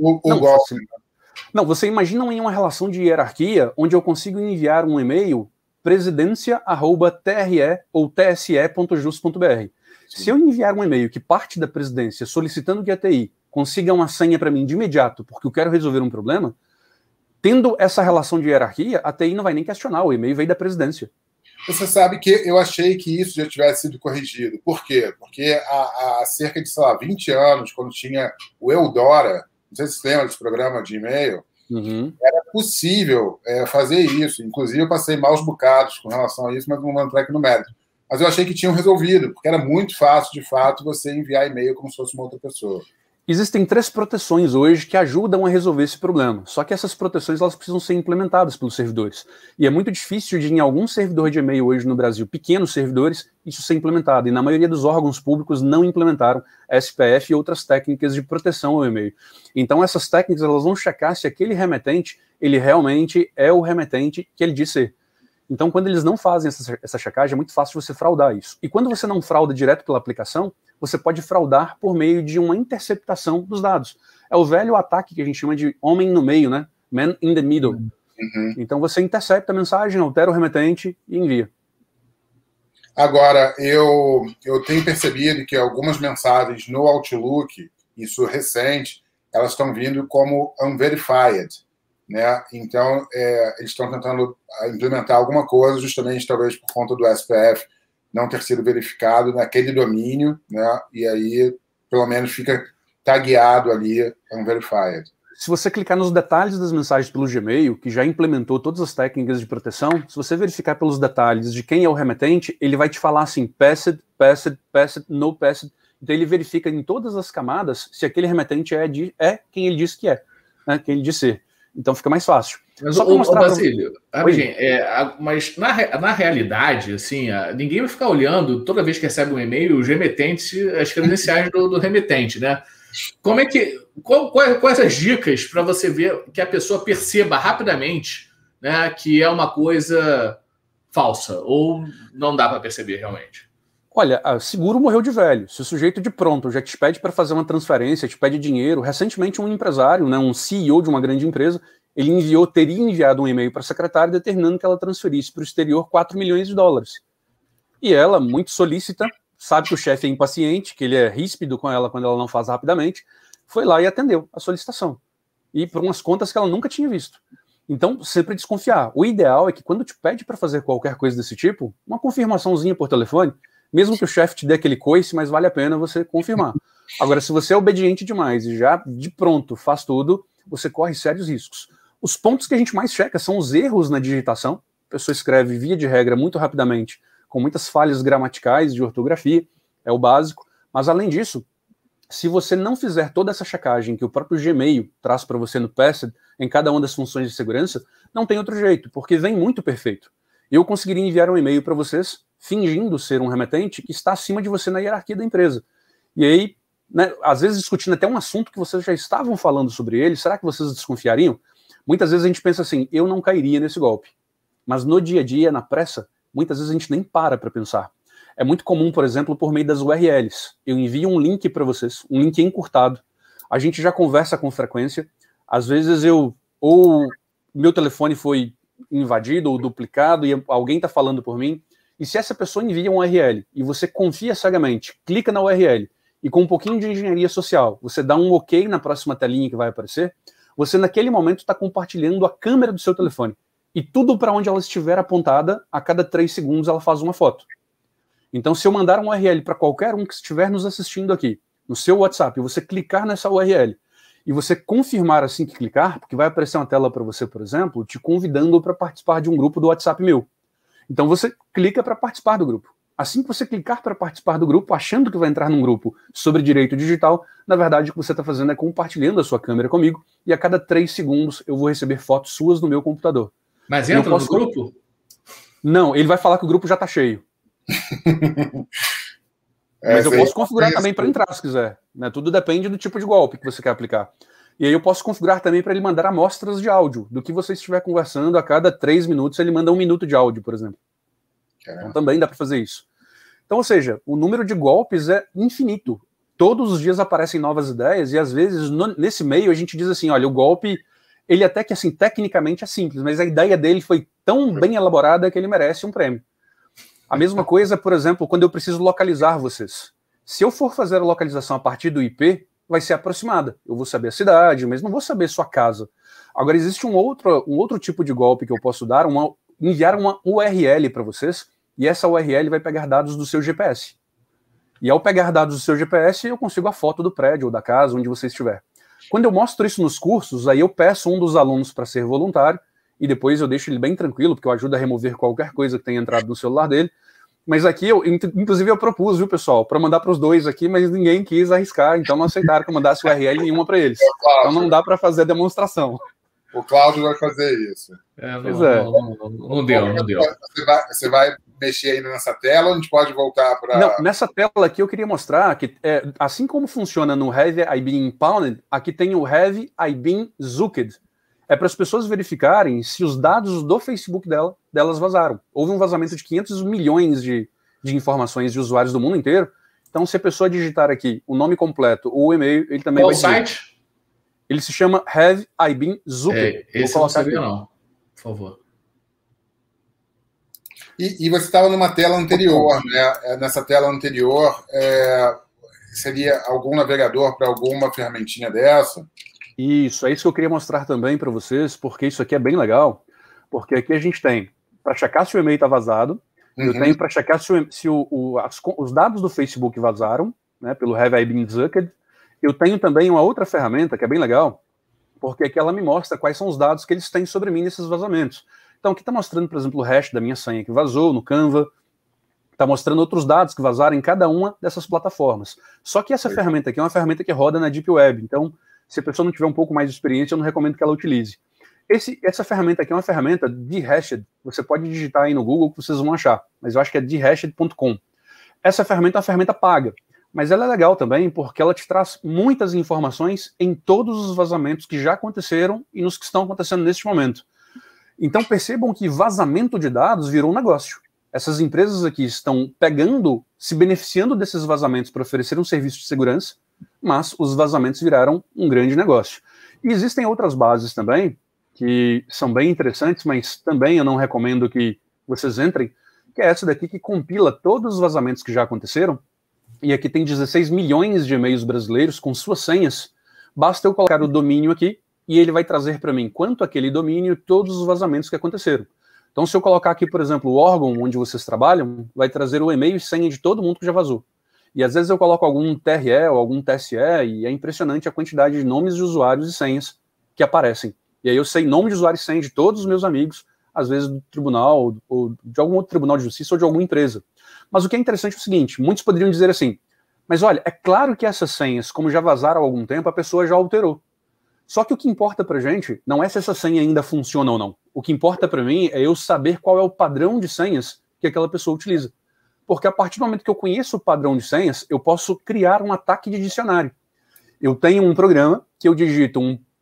Não, você imagina em uma relação de hierarquia onde eu consigo enviar um e-mail presidência@tre ou tse.jus.br. Se eu enviar um e-mail que parte da presidência solicitando que a TI consiga uma senha para mim de imediato, porque eu quero resolver um problema, tendo essa relação de hierarquia, a TI não vai nem questionar, o e-mail veio da presidência. Você sabe que eu achei que isso já tivesse sido corrigido. Por quê? Porque há cerca de, 20 anos, quando tinha o Eudora, não sei se você lembra desse programa de e-mail, era possível fazer isso. Inclusive, eu passei maus bocados com relação a isso, mas não vou entrar aqui no mérito. Mas eu achei que tinham resolvido, porque era muito fácil, de fato, você enviar e-mail como se fosse uma outra pessoa. Existem 3 proteções hoje que ajudam a resolver esse problema. Só que essas proteções elas precisam ser implementadas pelos servidores. E é muito difícil de, em algum servidor de e-mail hoje no Brasil, pequenos servidores, isso ser implementado. E na maioria dos órgãos públicos não implementaram SPF e outras técnicas de proteção ao e-mail. Então essas técnicas elas vão checar se aquele remetente, ele realmente é o remetente que ele diz ser. Então quando eles não fazem essa checagem, é muito fácil você fraudar isso. E quando você não frauda direto pela aplicação, você pode fraudar por meio de uma interceptação dos dados. É o velho ataque que a gente chama de homem no meio, né? Man in the middle. Então você intercepta a mensagem, altera o remetente e envia. Agora, eu tenho percebido que algumas mensagens no Outlook, isso recente, elas estão vindo como unverified, né? Então, eles estão tentando implementar alguma coisa, justamente talvez por conta do SPF não ter sido verificado naquele domínio, né? E aí, pelo menos, fica tagueado ali unverified. Se você clicar nos detalhes das mensagens pelo Gmail, que já implementou todas as técnicas de proteção, se você verificar pelos detalhes de quem é o remetente, ele vai te falar assim, passed, passed, passed, no passed, Então ele verifica em todas as camadas se aquele remetente é quem ele diz que é, né, quem ele diz ser. Então fica mais fácil. Mas só para mostrar Basílio, mas na realidade, assim, ninguém vai ficar olhando toda vez que recebe um e-mail os remetentes, as credenciais do remetente, né? Como é que quais as dicas para você ver que a pessoa perceba rapidamente, né, que é uma coisa falsa ou não dá para perceber realmente? Olha, seguro morreu de velho. Se o sujeito de pronto já te pede para fazer uma transferência, te pede dinheiro, recentemente um empresário, né, um CEO de uma grande empresa, ele teria enviado um e-mail para a secretária determinando que ela transferisse para o exterior 4 milhões de dólares. E ela, muito solícita, sabe que o chefe é impaciente, que ele é ríspido com ela quando ela não faz rapidamente, foi lá e atendeu a solicitação. E por umas contas que ela nunca tinha visto. Então, sempre desconfiar. O ideal é que quando te pede para fazer qualquer coisa desse tipo, uma confirmaçãozinha por telefone, mesmo que o chefe te dê aquele coice, mas vale a pena você confirmar. Agora, se você é obediente demais e já de pronto faz tudo, você corre sérios riscos. Os pontos que a gente mais checa são os erros na digitação. A pessoa escreve, via de regra, muito rapidamente, com muitas falhas gramaticais, de ortografia, é o básico. Mas, além disso, se você não fizer toda essa checagem que o próprio Gmail traz para você no Password, em cada uma das funções de segurança, não tem outro jeito, porque vem muito perfeito. Eu conseguiria enviar um e-mail para vocês, fingindo ser um remetente que está acima de você na hierarquia da empresa. E aí, né, às vezes discutindo até um assunto que vocês já estavam falando sobre ele, será que vocês desconfiariam? Muitas vezes a gente pensa assim, eu não cairia nesse golpe. Mas no dia a dia, na pressa, muitas vezes a gente nem para pensar. É muito comum, por exemplo, por meio das URLs. Eu envio um link para vocês, um link encurtado. A gente já conversa com frequência. Às vezes meu telefone foi invadido ou duplicado e alguém está falando por mim. E se essa pessoa envia um URL e você confia cegamente, clica na URL e com um pouquinho de engenharia social, você dá um OK na próxima telinha que vai aparecer, você naquele momento está compartilhando a câmera do seu telefone. E tudo para onde ela estiver apontada, a cada 3 segundos ela faz uma foto. Então, se eu mandar um URL para qualquer um que estiver nos assistindo aqui, no seu WhatsApp, e você clicar nessa URL, e você confirmar assim que clicar, porque vai aparecer uma tela para você, por exemplo, te convidando para participar de um grupo do WhatsApp meu. Então, você clica para participar do grupo. Assim que você clicar para participar do grupo, achando que vai entrar num grupo sobre direito digital, na verdade, o que você está fazendo é compartilhando a sua câmera comigo, e a cada 3 segundos eu vou receber fotos suas no meu computador. Mas entra no grupo? Não, ele vai falar que o grupo já está cheio. Mas eu posso configurar também para entrar, se quiser. Né? Tudo depende do tipo de golpe que você quer aplicar. E aí eu posso configurar também para ele mandar amostras de áudio, do que você estiver conversando. A cada 3 minutos ele manda 1 minuto de áudio, por exemplo. Então também dá para fazer isso. Então, ou seja, o número de golpes é infinito. Todos os dias aparecem novas ideias e às vezes nesse meio a gente diz assim, olha, o golpe, ele até que assim, tecnicamente é simples, mas a ideia dele foi tão bem elaborada que ele merece um prêmio. A mesma coisa, por exemplo, quando eu preciso localizar vocês. Se eu for fazer a localização a partir do IP, vai ser aproximada. Eu vou saber a cidade, mas não vou saber sua casa. Agora, existe um outro tipo de golpe que eu posso dar, enviar uma URL para vocês, e essa URL vai pegar dados do seu GPS. E ao pegar dados do seu GPS, eu consigo a foto do prédio ou da casa, onde você estiver. Quando eu mostro isso nos cursos, aí eu peço um dos alunos para ser voluntário, e depois eu deixo ele bem tranquilo, porque eu ajudo a remover qualquer coisa que tenha entrado no celular dele. Mas aqui, inclusive eu propus, viu, pessoal, para mandar para os dois aqui, mas ninguém quis arriscar, então não aceitaram que eu mandasse URL nenhuma para eles. Então não dá para fazer a demonstração. O Cláudio vai fazer isso. Não deu. Você vai mexer ainda nessa tela ou a gente pode voltar para... Não, nessa tela aqui eu queria mostrar que, assim como funciona no Have I Been Impounded, aqui tem o Have I Been Zooked. É para as pessoas verificarem se os dados do Facebook delas vazaram. Houve um vazamento de 500 milhões de informações de usuários do mundo inteiro. Então, se a pessoa digitar aqui o nome completo ou o e-mail, ele também vai dizer. Qual site? Ele se chama Have I Been Zooked. Esse eu não sabia não, por favor. E você estava numa tela anterior, né? Nessa tela anterior, seria algum navegador para alguma ferramentinha dessa? Isso, é isso que eu queria mostrar também para vocês, porque isso aqui é bem legal, porque aqui a gente tem, para checar se o e-mail está vazado, eu tenho para checar se os dados do Facebook vazaram, né, pelo Have I Been Zooked. Eu tenho também uma outra ferramenta que é bem legal, porque aqui ela me mostra quais são os dados que eles têm sobre mim nesses vazamentos. Então aqui está mostrando, por exemplo, o hash da minha senha que vazou no Canva, está mostrando outros dados que vazaram em cada uma dessas plataformas. Só que essa ferramenta aqui é uma ferramenta que roda na Deep Web, então, se a pessoa não tiver um pouco mais de experiência, eu não recomendo que ela utilize. Essa ferramenta aqui é uma ferramenta de-hashed, você pode digitar aí no Google que vocês vão achar, mas eu acho que é de-hashed.com. Essa ferramenta é uma ferramenta paga, mas ela é legal também porque ela te traz muitas informações em todos os vazamentos que já aconteceram e nos que estão acontecendo neste momento. Então percebam que vazamento de dados virou um negócio. Essas empresas aqui estão pegando, se beneficiando desses vazamentos para oferecer um serviço de segurança, mas os vazamentos viraram um grande negócio. E existem outras bases também, que são bem interessantes, mas também eu não recomendo que vocês entrem, que é essa daqui que compila todos os vazamentos que já aconteceram, e aqui tem 16 milhões de e-mails brasileiros com suas senhas. Basta eu colocar o domínio aqui, e ele vai trazer para mim quanto aquele domínio todos os vazamentos que aconteceram. Então, se eu colocar aqui, por exemplo, o órgão onde vocês trabalham, vai trazer o e-mail e senha de todo mundo que já vazou. E às vezes eu coloco algum TRE ou algum TSE, e é impressionante a quantidade de nomes de usuários e senhas que aparecem. E aí eu sei nome de usuário e senha de todos os meus amigos, às vezes do tribunal, ou de algum outro tribunal de justiça, ou de alguma empresa. Mas o que é interessante é o seguinte, muitos poderiam dizer assim, mas olha, é claro que essas senhas, como já vazaram há algum tempo, a pessoa já alterou. Só que o que importa pra gente não é se essa senha ainda funciona ou não. O que importa pra mim é eu saber qual é o padrão de senhas que aquela pessoa utiliza. Porque a partir do momento que eu conheço o padrão de senhas, eu posso criar um ataque de dicionário. Eu tenho um programa que eu digito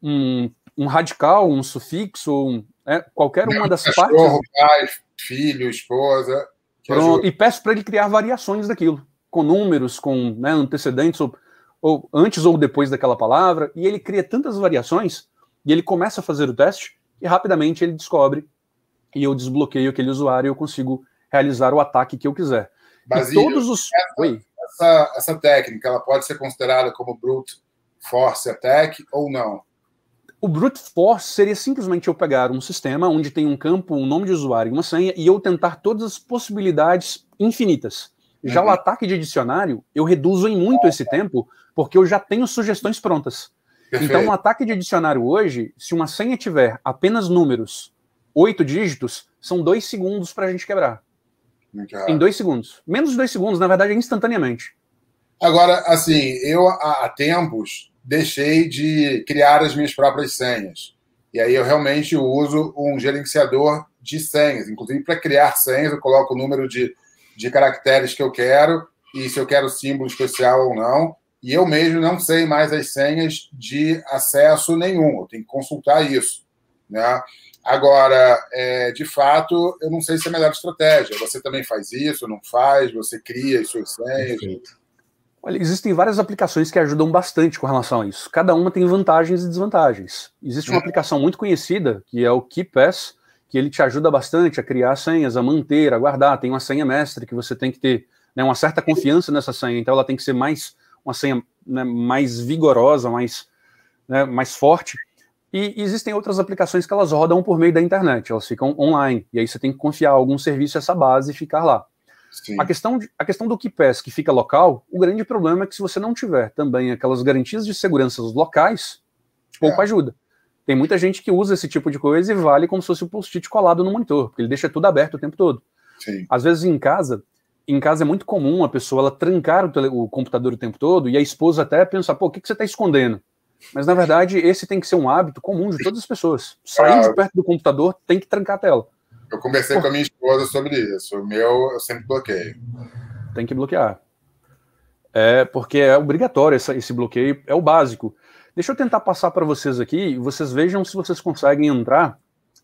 um radical, um sufixo, qualquer uma das partes. Pai, filho, esposa. Pronto, e peço para ele criar variações daquilo, com números, com antecedentes, ou antes ou depois daquela palavra, e ele cria tantas variações, e ele começa a fazer o teste, e rapidamente ele descobre, e eu desbloqueio aquele usuário e eu consigo realizar o ataque que eu quiser. Basílio, e todos os... essa técnica, ela pode ser considerada como brute force attack ou não? O brute force seria simplesmente eu pegar um sistema onde tem um campo, um nome de usuário e uma senha, e eu tentar todas as possibilidades infinitas. Já o ataque de dicionário, eu reduzo em muito esse tempo, porque eu já tenho sugestões prontas. Perfeito. Então, no ataque de dicionário hoje, se uma senha tiver apenas números, 8 dígitos, são 2 segundos para a gente quebrar. Em 2 segundos. Menos de 2 segundos, na verdade, é instantaneamente. Agora, assim, eu há tempos deixei de criar as minhas próprias senhas. E aí eu realmente uso um gerenciador de senhas. Inclusive, para criar senhas, eu coloco o número de caracteres que eu quero, e se eu quero símbolo especial ou não. E eu mesmo não sei mais as senhas de acesso nenhum. Eu tenho que consultar isso, né? Agora, de fato, eu não sei se é a melhor estratégia. Você também faz isso, não faz? Você cria as suas senhas? Olha, existem várias aplicações que ajudam bastante com relação a isso. Cada uma tem vantagens e desvantagens. Existe uma aplicação muito conhecida, que é o KeePass, que ele te ajuda bastante a criar senhas, a manter, a guardar. Tem uma senha mestre que você tem que ter, né, uma certa confiança nessa senha. Então ela tem que ser uma senha, né, mais vigorosa, mais forte. E existem outras aplicações que elas rodam por meio da internet. Elas ficam online. E aí você tem que confiar em algum serviço essa base e ficar lá. Sim. A questão do KeePass, que fica local, o grande problema é que se você não tiver também aquelas garantias de segurança locais, pouco ajuda. Tem muita gente que usa esse tipo de coisa e vale como se fosse um post-it colado no monitor, porque ele deixa tudo aberto o tempo todo. Sim. Às vezes em casa é muito comum a pessoa ela trancar o computador o tempo todo e a esposa até pensa, pô, o que você está escondendo? Mas na verdade esse tem que ser um hábito comum de todas as pessoas. Sair de perto do computador tem que trancar a tela. Eu conversei com a minha esposa sobre isso. O meu eu sempre bloqueio. Tem que bloquear. Porque é obrigatório esse bloqueio, é o básico. Deixa eu tentar passar para vocês aqui, e vocês vejam se vocês conseguem entrar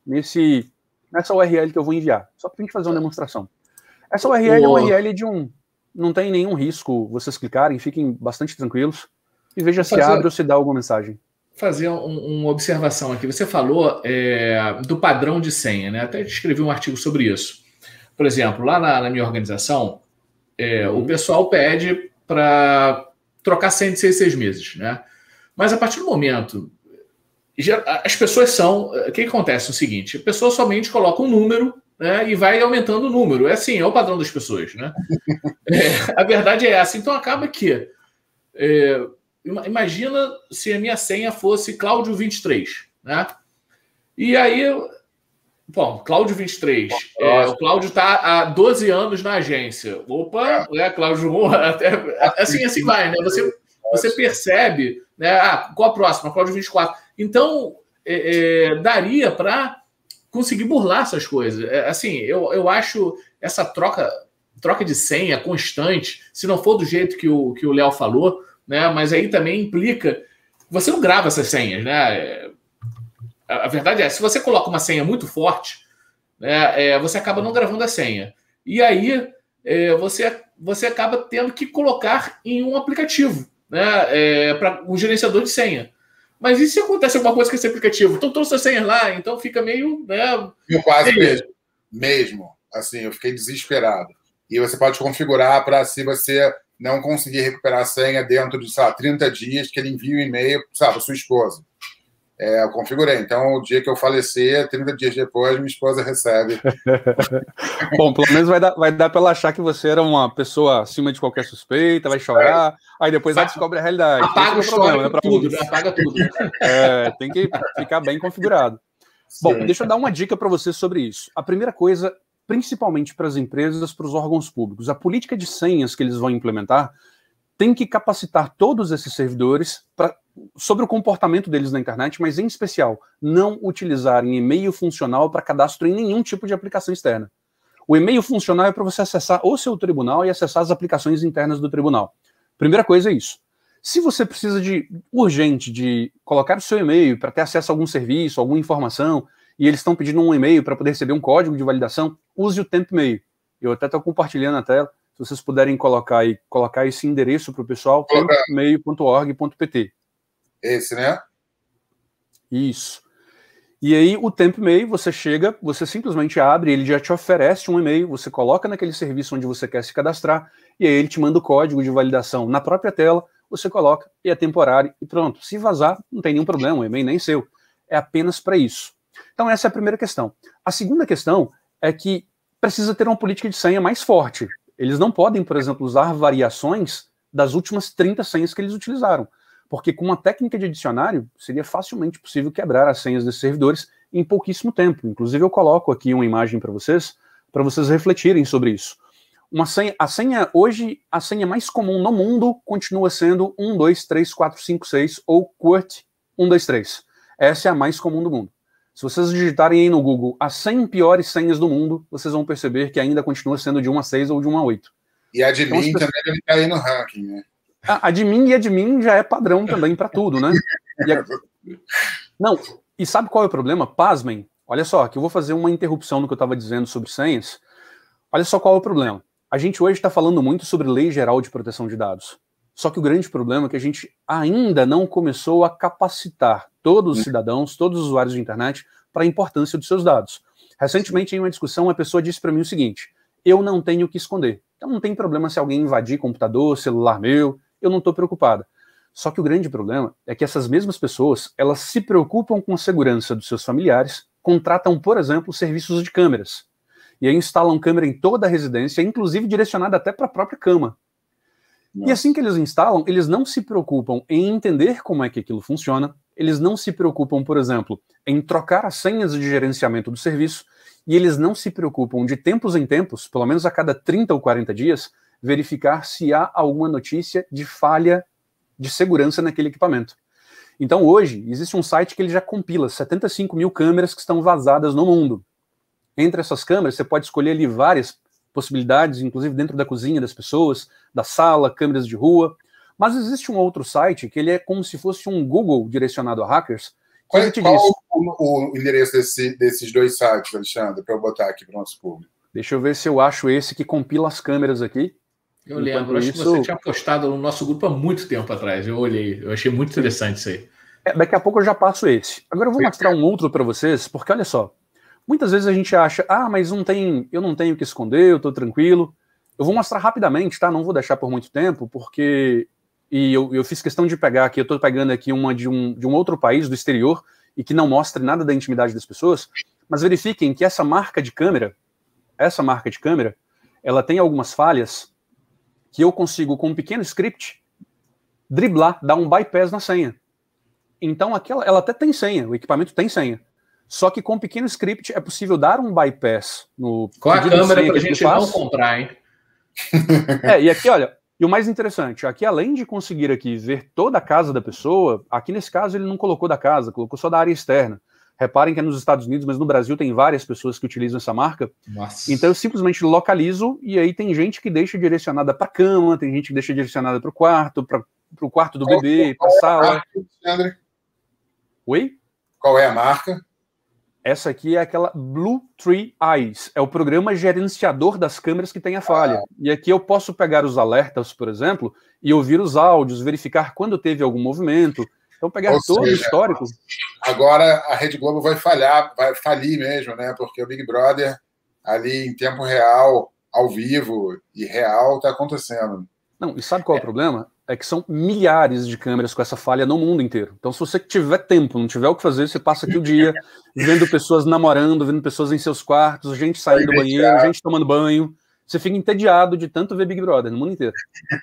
nessa URL que eu vou enviar, só para a gente fazer uma demonstração. Essa URL é uma URL não tem nenhum risco vocês clicarem, fiquem bastante tranquilos, e veja se abre ou se dá alguma mensagem. Fazer uma observação aqui. Você falou do padrão de senha, né? Até escrevi um artigo sobre isso. Por exemplo, lá na minha organização, o pessoal pede para trocar senha de 6 meses, né? Mas a partir do momento, as pessoas o que acontece é o seguinte, a pessoa somente coloca um número, né, e vai aumentando o número. É assim, é o padrão das pessoas, né? A verdade é essa. Então acaba que... imagina se a minha senha fosse Cláudio 23, né? E aí Bom, Cláudio 23. O Cláudio está há 12 anos na agência. Opa, Cláudio, assim vai, né? Você percebe, né? Qual a próxima? Cláudio 24. Então, daria para conseguir burlar essas coisas. Assim, eu acho essa troca de senha constante, se não for do jeito que o Léo falou, né? Mas aí também implica... Você não grava essas senhas, né? A verdade se você coloca uma senha muito forte, né, você acaba não gravando a senha. E aí você acaba tendo que colocar em um aplicativo, né, para um gerenciador de senha. Mas e se acontece alguma coisa com esse aplicativo? Então, todas as senhas lá, então fica meio... Né, eu quase mesmo. Assim, eu fiquei desesperado. E você pode configurar para, se você não conseguir recuperar a senha dentro de, 30 dias, que ele envie um e-mail, para sua esposa. Eu configurei. Então, o dia que eu falecer, 30 dias depois, minha esposa recebe. Bom, pelo menos vai dar para ela achar que você era uma pessoa acima de qualquer suspeita, vai chorar, aí depois ela descobre a realidade. Apaga o problema, né, tudo, né? Apaga tudo. Tem que ficar bem configurado. Sim. Bom, deixa eu dar uma dica para você sobre isso. A primeira coisa, principalmente para as empresas, para os órgãos públicos, a política de senhas que eles vão implementar tem que capacitar todos esses servidores sobre o comportamento deles na internet, mas em especial, não utilizarem e-mail funcional para cadastro em nenhum tipo de aplicação externa. O e-mail funcional é para você acessar o seu tribunal e acessar as aplicações internas do tribunal. Primeira coisa é isso. Se você precisa urgente de colocar o seu e-mail para ter acesso a algum serviço, alguma informação, e eles estão pedindo um e-mail para poder receber um código de validação, use o TempMail. Eu até estou compartilhando a tela. Se vocês puderem colocar esse endereço para o pessoal, tempmail.org.pt. Esse, né? Isso. E aí, o TempMail, você simplesmente abre, ele já te oferece um e-mail, você coloca naquele serviço onde você quer se cadastrar, e aí ele te manda o código de validação na própria tela, você coloca, e é temporário, e pronto. Se vazar, não tem nenhum problema, o e-mail nem seu. É apenas para isso. Então, essa é a primeira questão. A segunda questão é que precisa ter uma política de senha mais forte. Eles não podem, por exemplo, usar variações das últimas 30 senhas que eles utilizaram, porque com uma técnica de dicionário seria facilmente possível quebrar as senhas desses servidores em pouquíssimo tempo. Inclusive eu coloco aqui uma imagem para vocês refletirem sobre isso. Hoje, a senha mais comum no mundo continua sendo 123456 ou QWERTY 123. Essa é a mais comum do mundo. Se vocês digitarem aí no Google as 100 piores senhas do mundo, vocês vão perceber que ainda continua sendo de 1 a 6 ou de 1 a 8. E a admin também deve estar aí no ranking, né? Admin já é padrão também para tudo, né? Não, e sabe qual é o problema? Pasmem. Olha só, que eu vou fazer uma interrupção no que eu estava dizendo sobre senhas. Olha só qual é o problema. A gente hoje está falando muito sobre Lei Geral de Proteção de Dados. Só que o grande problema é que a gente ainda não começou a capacitar todos os cidadãos, todos os usuários de internet para a importância dos seus dados. Recentemente, em uma discussão, uma pessoa disse para mim o seguinte: eu não tenho o que esconder. Então não tem problema se alguém invadir computador, celular meu, eu não estou preocupada. Só que o grande problema é que essas mesmas pessoas, elas se preocupam com a segurança dos seus familiares, contratam, por exemplo, serviços de câmeras. E aí instalam câmera em toda a residência, inclusive direcionada até para a própria cama. Nossa. E assim que eles instalam, eles não se preocupam em entender como é que aquilo funciona, eles não se preocupam, por exemplo, em trocar as senhas de gerenciamento do serviço, e eles não se preocupam de tempos em tempos, pelo menos a cada 30 ou 40 dias, verificar se há alguma notícia de falha de segurança naquele equipamento. Então hoje, existe um site que ele já compila 75 mil câmeras que estão vazadas no mundo. Entre essas câmeras, você pode escolher ali várias possibilidades, inclusive dentro da cozinha das pessoas, da sala, câmeras de rua. Mas existe um outro site que ele é como se fosse um Google direcionado a hackers. Qual o endereço desses dois sites, Alexandre, para eu botar aqui para o nosso público? Deixa eu ver se eu acho esse que compila as câmeras aqui. Eu lembro, acho que você tinha postado no nosso grupo há muito tempo atrás. Eu olhei, eu achei muito interessante isso aí. Daqui a pouco eu já passo esse. Agora eu vou mostrar um outro para vocês, porque olha só. Muitas vezes a gente acha, mas eu não tenho o que esconder, eu estou tranquilo. Eu vou mostrar rapidamente, tá? Não vou deixar por muito tempo, porque... E eu fiz questão de pegar aqui, eu estou pegando aqui uma de um outro país do exterior, e que não mostre nada da intimidade das pessoas, mas verifiquem que essa marca de câmera, ela tem algumas falhas que eu consigo, com um pequeno script, driblar, dar um bypass na senha. Então ela até tem senha, o equipamento tem senha. Só que com um pequeno script é possível dar um bypass no... Qual a câmera para a gente não comprar, hein? E aqui, olha, e o mais interessante, aqui além de conseguir aqui ver toda a casa da pessoa, aqui nesse caso ele não colocou da casa, colocou só da área externa. Reparem que é nos Estados Unidos, mas no Brasil tem várias pessoas que utilizam essa marca. Nossa. Então eu simplesmente localizo e aí tem gente que deixa direcionada para a cama, tem gente que deixa direcionada para o quarto do bebê, para a sala. Alexandre? Oi? Qual é a marca? Essa aqui é aquela Blue Tree Eyes, é o programa gerenciador das câmeras que tem a falha. E aqui eu posso pegar os alertas, por exemplo, e ouvir os áudios, verificar quando teve algum movimento. Então, pegar todo o histórico. Agora a Rede Globo vai falir mesmo, né? Porque o Big Brother, ali em tempo real, ao vivo e real, está acontecendo. Não, e sabe qual é o problema? É que são milhares de câmeras com essa falha no mundo inteiro. Então, se você tiver tempo, não tiver o que fazer, você passa aqui o dia vendo pessoas namorando, vendo pessoas em seus quartos, gente saindo do banheiro, gente tomando banho. Você fica entediado de tanto ver Big Brother no mundo inteiro.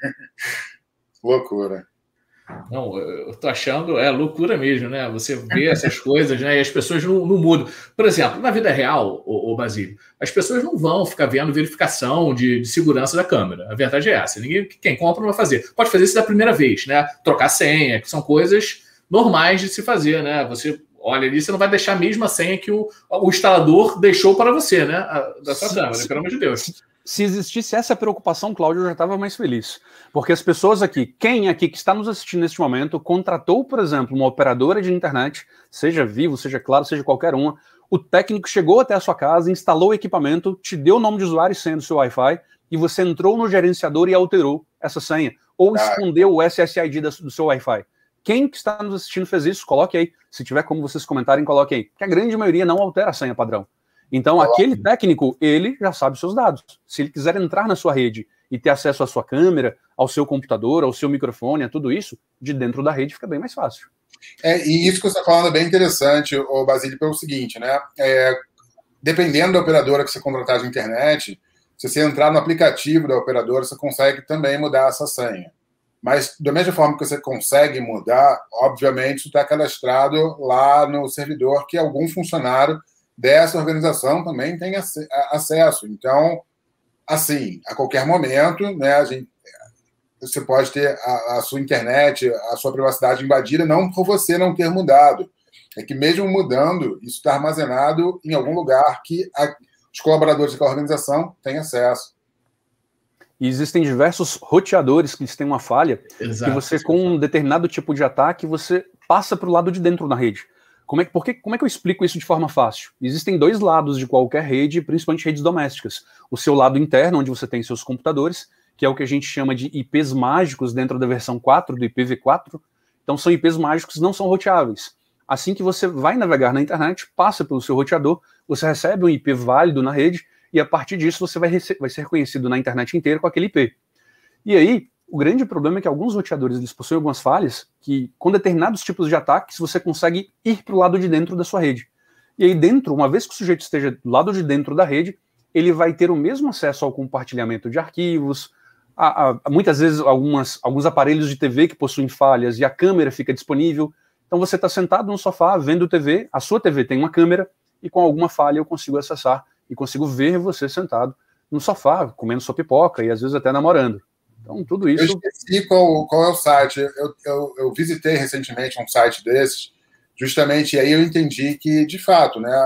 Loucura. Não, eu tô achando, loucura mesmo, né? Você vê essas coisas, né? E as pessoas não mudam. Por exemplo, na vida real, o Basílio, as pessoas não vão ficar vendo verificação de segurança da câmera. A verdade é essa. Quem compra não vai fazer. Pode fazer isso da primeira vez, né? Trocar senha, que são coisas normais de se fazer, né? Você olha ali, você não vai deixar a mesma senha que o instalador deixou para você, né? Da sua câmera, pelo amor de Deus. Se existisse essa preocupação, Cláudio, eu já estava mais feliz. Porque as pessoas aqui, quem aqui que está nos assistindo neste momento, contratou, por exemplo, uma operadora de internet, seja Vivo, seja Claro, seja qualquer uma, o técnico chegou até a sua casa, instalou o equipamento, te deu o nome de usuário e senha do seu Wi-Fi, e você entrou no gerenciador e alterou essa senha, ou escondeu o SSID do seu Wi-Fi. Quem que está nos assistindo fez isso? Coloque aí. Se tiver como vocês comentarem, coloque aí. Porque a grande maioria não altera a senha padrão. Então, aquele técnico, ele já sabe os seus dados. Se ele quiser entrar na sua rede e ter acesso à sua câmera, ao seu computador, ao seu microfone, a tudo isso, de dentro da rede fica bem mais fácil. E isso que você está falando é bem interessante, Basílio, pelo seguinte, né? Dependendo da operadora que você contratar de internet, se você entrar no aplicativo da operadora, você consegue também mudar essa senha. Mas, da mesma forma que você consegue mudar, obviamente, isso está cadastrado lá no servidor que algum funcionário dessa organização também tem acesso. Então, assim, a qualquer momento, né, você pode ter a sua internet, a sua privacidade invadida, não por você não ter mudado. É que mesmo mudando, isso está armazenado em algum lugar que os colaboradores daquela organização têm acesso. E existem diversos roteadores que têm uma falha, que você, com um determinado tipo de ataque, você passa para o lado de dentro da rede. Como é que eu explico isso de forma fácil? Existem dois lados de qualquer rede, principalmente redes domésticas. O seu lado interno, onde você tem seus computadores, que é o que a gente chama de IPs mágicos dentro da versão 4 do IPv4. Então são IPs mágicos que não são roteáveis. Assim que você vai navegar na internet, passa pelo seu roteador, você recebe um IP válido na rede, e a partir disso você vai ser reconhecido na internet inteira com aquele IP. E aí, o grande problema é que alguns roteadores eles possuem algumas falhas que, com determinados tipos de ataques, você consegue ir para o lado de dentro da sua rede. E aí dentro, uma vez que o sujeito esteja do lado de dentro da rede, ele vai ter o mesmo acesso ao compartilhamento de arquivos, muitas vezes alguns aparelhos de TV que possuem falhas e a câmera fica disponível. Então você está sentado no sofá vendo TV, a sua TV tem uma câmera e com alguma falha eu consigo acessar e consigo ver você sentado no sofá, comendo sua pipoca e às vezes até namorando. Então, tudo isso... Eu esqueci qual é o site. Eu visitei recentemente um site desses, justamente, e aí eu entendi que, de fato, né,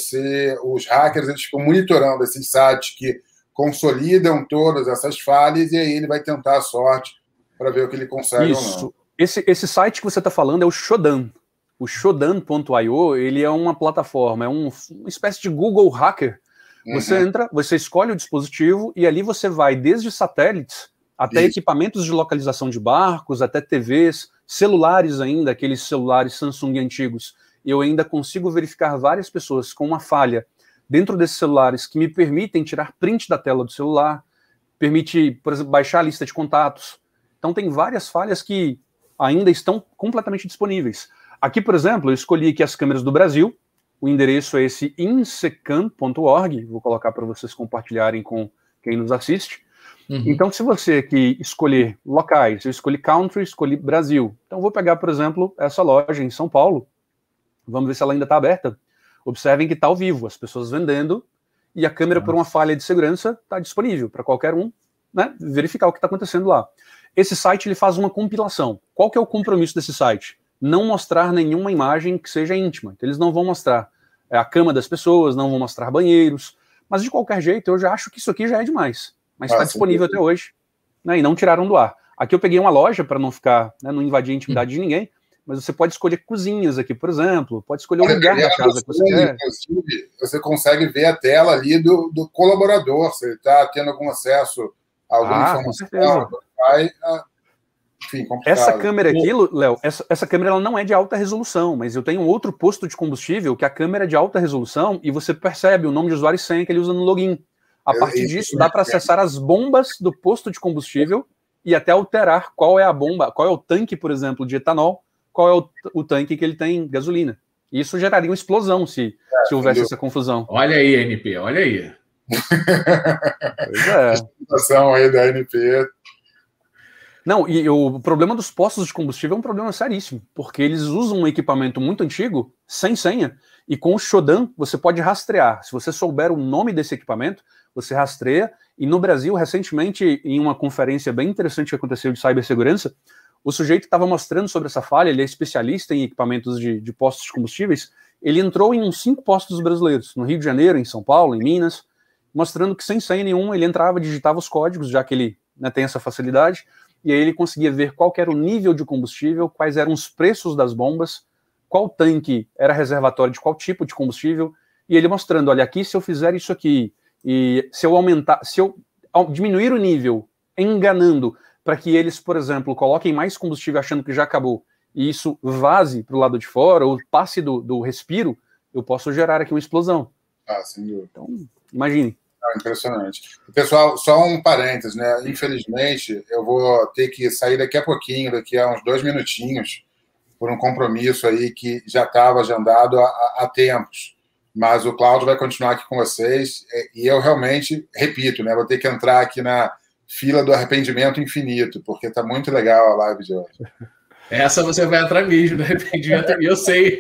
os hackers eles ficam monitorando esses sites que consolidam todas essas falhas e aí ele vai tentar a sorte para ver o que ele consegue ou não. Esse site que você está falando é o Shodan. O Shodan.io, ele é uma plataforma, é uma espécie de Google Hacker. Você entra, você escolhe o dispositivo e ali você vai desde satélites até equipamentos de localização de barcos, até TVs, celulares ainda, aqueles celulares Samsung antigos. Eu ainda consigo verificar várias pessoas com uma falha dentro desses celulares que me permitem tirar print da tela do celular, permite, por exemplo, baixar a lista de contatos. Então tem várias falhas que ainda estão completamente disponíveis. Aqui, por exemplo, eu escolhi aqui as câmeras do Brasil, o endereço é esse insecam.org, vou colocar para vocês compartilharem com quem nos assiste. Então, se você aqui escolher locais, eu escolhi country, escolhi Brasil. Então, vou pegar, por exemplo, essa loja em São Paulo. Vamos ver se ela ainda está aberta. Observem que está ao vivo, as pessoas vendendo, e a câmera, por uma falha de segurança, está disponível para qualquer um, né, verificar o que está acontecendo lá. Esse site ele faz uma compilação. Qual que é o compromisso desse site? Não mostrar nenhuma imagem que seja íntima. Então, eles não vão mostrar a cama das pessoas, não vão mostrar banheiros, mas de qualquer jeito eu já acho que isso aqui já é demais. Mas está disponível até hoje, né, e não tiraram do ar. Aqui eu peguei uma loja para não ficar, né, não invadir a intimidade de ninguém, mas você pode escolher cozinhas aqui, por exemplo, pode escolher o lugar da casa que você quer. Inclusive, você consegue ver a tela ali do colaborador, se ele está tendo algum acesso a alguma informação. Enfim, complicado. Essa câmera aqui, Léo, essa câmera ela não é de alta resolução, mas eu tenho outro posto de combustível que a câmera é de alta resolução e você percebe o nome de usuário e senha que ele usa no login. A partir disso, dá para acessar as bombas do posto de combustível e até alterar qual é a bomba, qual é o tanque, por exemplo, de etanol, qual é o tanque que ele tem gasolina. E isso geraria uma explosão se houvesse essa confusão. Olha aí, NP, olha aí. Pois é. A situação aí da NP. Não, e o problema dos postos de combustível é um problema seríssimo, porque eles usam um equipamento muito antigo, sem senha, e com o Shodan você pode rastrear. Se você souber o nome desse equipamento, você rastreia, e no Brasil, recentemente, em uma conferência bem interessante que aconteceu de cibersegurança, o sujeito estava mostrando sobre essa falha, ele é especialista em equipamentos de postos de combustíveis, ele entrou em uns 5 postos brasileiros, no Rio de Janeiro, em São Paulo, em Minas, mostrando que sem senha nenhuma ele entrava, digitava os códigos, já que ele, né, tem essa facilidade, e aí ele conseguia ver qual que era o nível de combustível, quais eram os preços das bombas, qual tanque era reservatório de qual tipo de combustível, e ele mostrando, olha, aqui se eu fizer isso aqui, e se eu aumentar, se eu diminuir o nível, enganando, para que eles, por exemplo, coloquem mais combustível achando que já acabou, e isso vaze para o lado de fora, ou passe do respiro, eu posso gerar aqui uma explosão. Sem dúvida. Então, imagine. Impressionante. Pessoal, só um parênteses, né? Infelizmente, eu vou ter que sair daqui a pouquinho, daqui a uns 2 minutinhos, por um compromisso aí que já estava agendado há tempos. Mas o Cláudio vai continuar aqui com vocês e eu realmente, repito, né? Vou ter que entrar aqui na fila do arrependimento infinito, porque está muito legal a live de hoje. Essa você vai entrar mesmo, no arrependimento, e eu sei.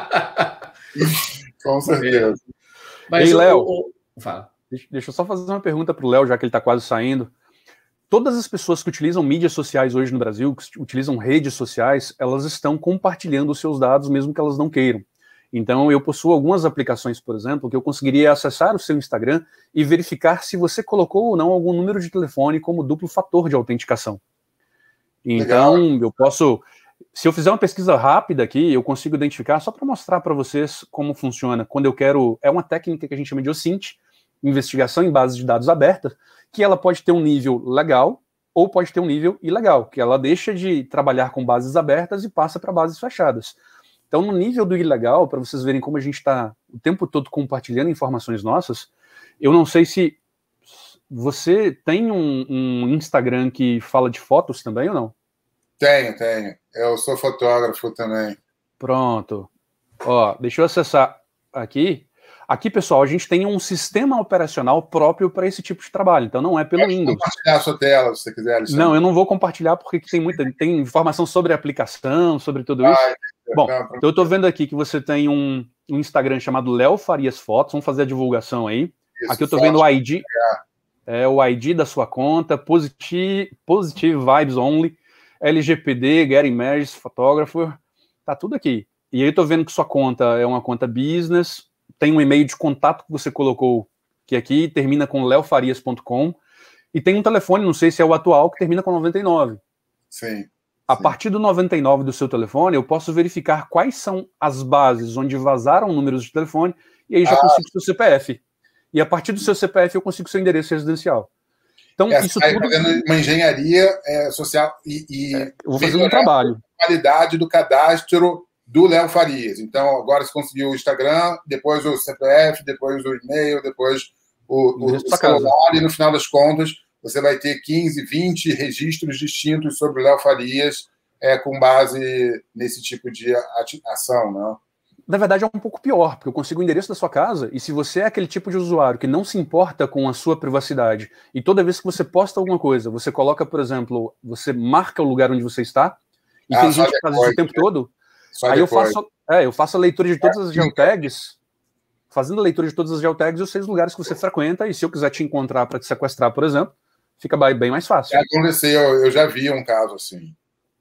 Com certeza. Mas, ei, Léo, fala. Deixa eu só fazer uma pergunta para o Léo, já que ele está quase saindo. Todas as pessoas que utilizam mídias sociais hoje no Brasil, que utilizam redes sociais, elas estão compartilhando os seus dados, mesmo que elas não queiram. Então, eu possuo algumas aplicações, por exemplo, que eu conseguiria acessar o seu Instagram e verificar se você colocou ou não algum número de telefone como duplo fator de autenticação. Então, legal. Eu posso... Se eu fizer uma pesquisa rápida aqui, eu consigo identificar, só para mostrar para vocês como funciona. Quando eu quero... É uma técnica que a gente chama de OSINT, investigação em bases de dados abertas, que ela pode ter um nível legal ou pode ter um nível ilegal, que ela deixa de trabalhar com bases abertas e passa para bases fechadas. Então, no nível do ilegal, para vocês verem como a gente está o tempo todo compartilhando informações nossas, eu não sei se você tem um Instagram que fala de fotos também ou não? Tenho. Eu sou fotógrafo também. Pronto. Ó, deixa eu acessar aqui. Aqui, pessoal, a gente tem um sistema operacional próprio para esse tipo de trabalho, então não é pelo Windows. Compartilhar a sua tela, se você quiser, Alexandre. Não, eu não vou compartilhar porque tem informação sobre a aplicação, sobre tudo isso. Bom, então eu estou vendo aqui que você tem um Instagram chamado Léo Farias Fotos, vamos fazer a divulgação aí. Isso, aqui eu estou vendo o ID, o ID da sua conta, Positive Vibes Only, LGPD, Get Images, Photographer, tá tudo aqui. E aí eu estou vendo que sua conta é uma conta business, tem um e-mail de contato que você colocou, que aqui termina com leofarias.com, e tem um telefone, não sei se é o atual, que termina com 99. Sim. A partir do 99 do seu telefone, eu posso verificar quais são as bases onde vazaram números de telefone, e aí já consigo o seu CPF. E a partir do seu CPF eu consigo o seu endereço residencial. Então, isso tudo... fazendo uma engenharia social eu vou fazer um trabalho. A qualidade do cadastro do Léo Farias. Então, agora você conseguiu o Instagram, depois o CPF, depois o e-mail, depois o celular, e no final das contas, você vai ter 15, 20 registros distintos sobre o Léo Farias com base nesse tipo de ação, não? Na verdade, é um pouco pior, porque eu consigo o endereço da sua casa, e se você é aquele tipo de usuário que não se importa com a sua privacidade, e toda vez que você posta alguma coisa, você coloca, por exemplo, você marca o lugar onde você está, e tem gente que faz isso o tempo todo, aí eu faço a leitura de todas as geotags, fazendo a leitura de todas as geotags, eu sei os lugares que você frequenta, e se eu quiser te encontrar para te sequestrar, por exemplo, fica bem mais fácil. Aconteceu, eu já vi um caso assim.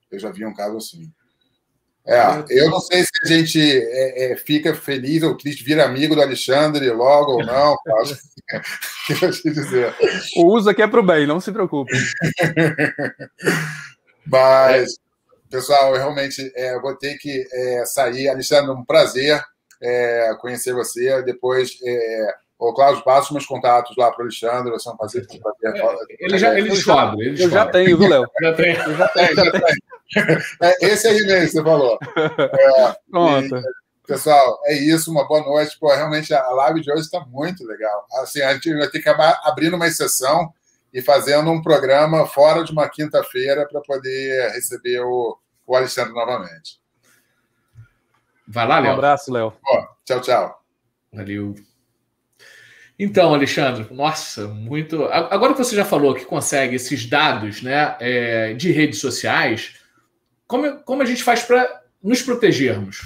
Eu não sei se a gente fica feliz ou triste, vira amigo do Alexandre logo ou não. Que eu vou te dizer. O uso aqui é para o bem, não se preocupe. Mas, pessoal, eu realmente vou ter que sair. Alexandre, um prazer conhecer você. Depois, o Cláudio, passa os meus contatos lá para o Alexandre. Vai ser um prazer. Ele descobre. Eu já tenho, viu, Léo? Eu já tenho. Esse aí mesmo que você falou. Pronto. Pessoal, é isso. Uma boa noite. Pô, realmente, a live de hoje está muito legal. Assim, a gente vai ter que acabar abrindo uma exceção e fazendo um programa fora de uma quinta-feira para poder receber o Alexandre novamente. Vai lá, Léo. Um abraço, Léo. Tchau, tchau. Valeu. Então, Alexandre, nossa, muito... Agora que você já falou que consegue esses dados, né, de redes sociais, como a gente faz para nos protegermos?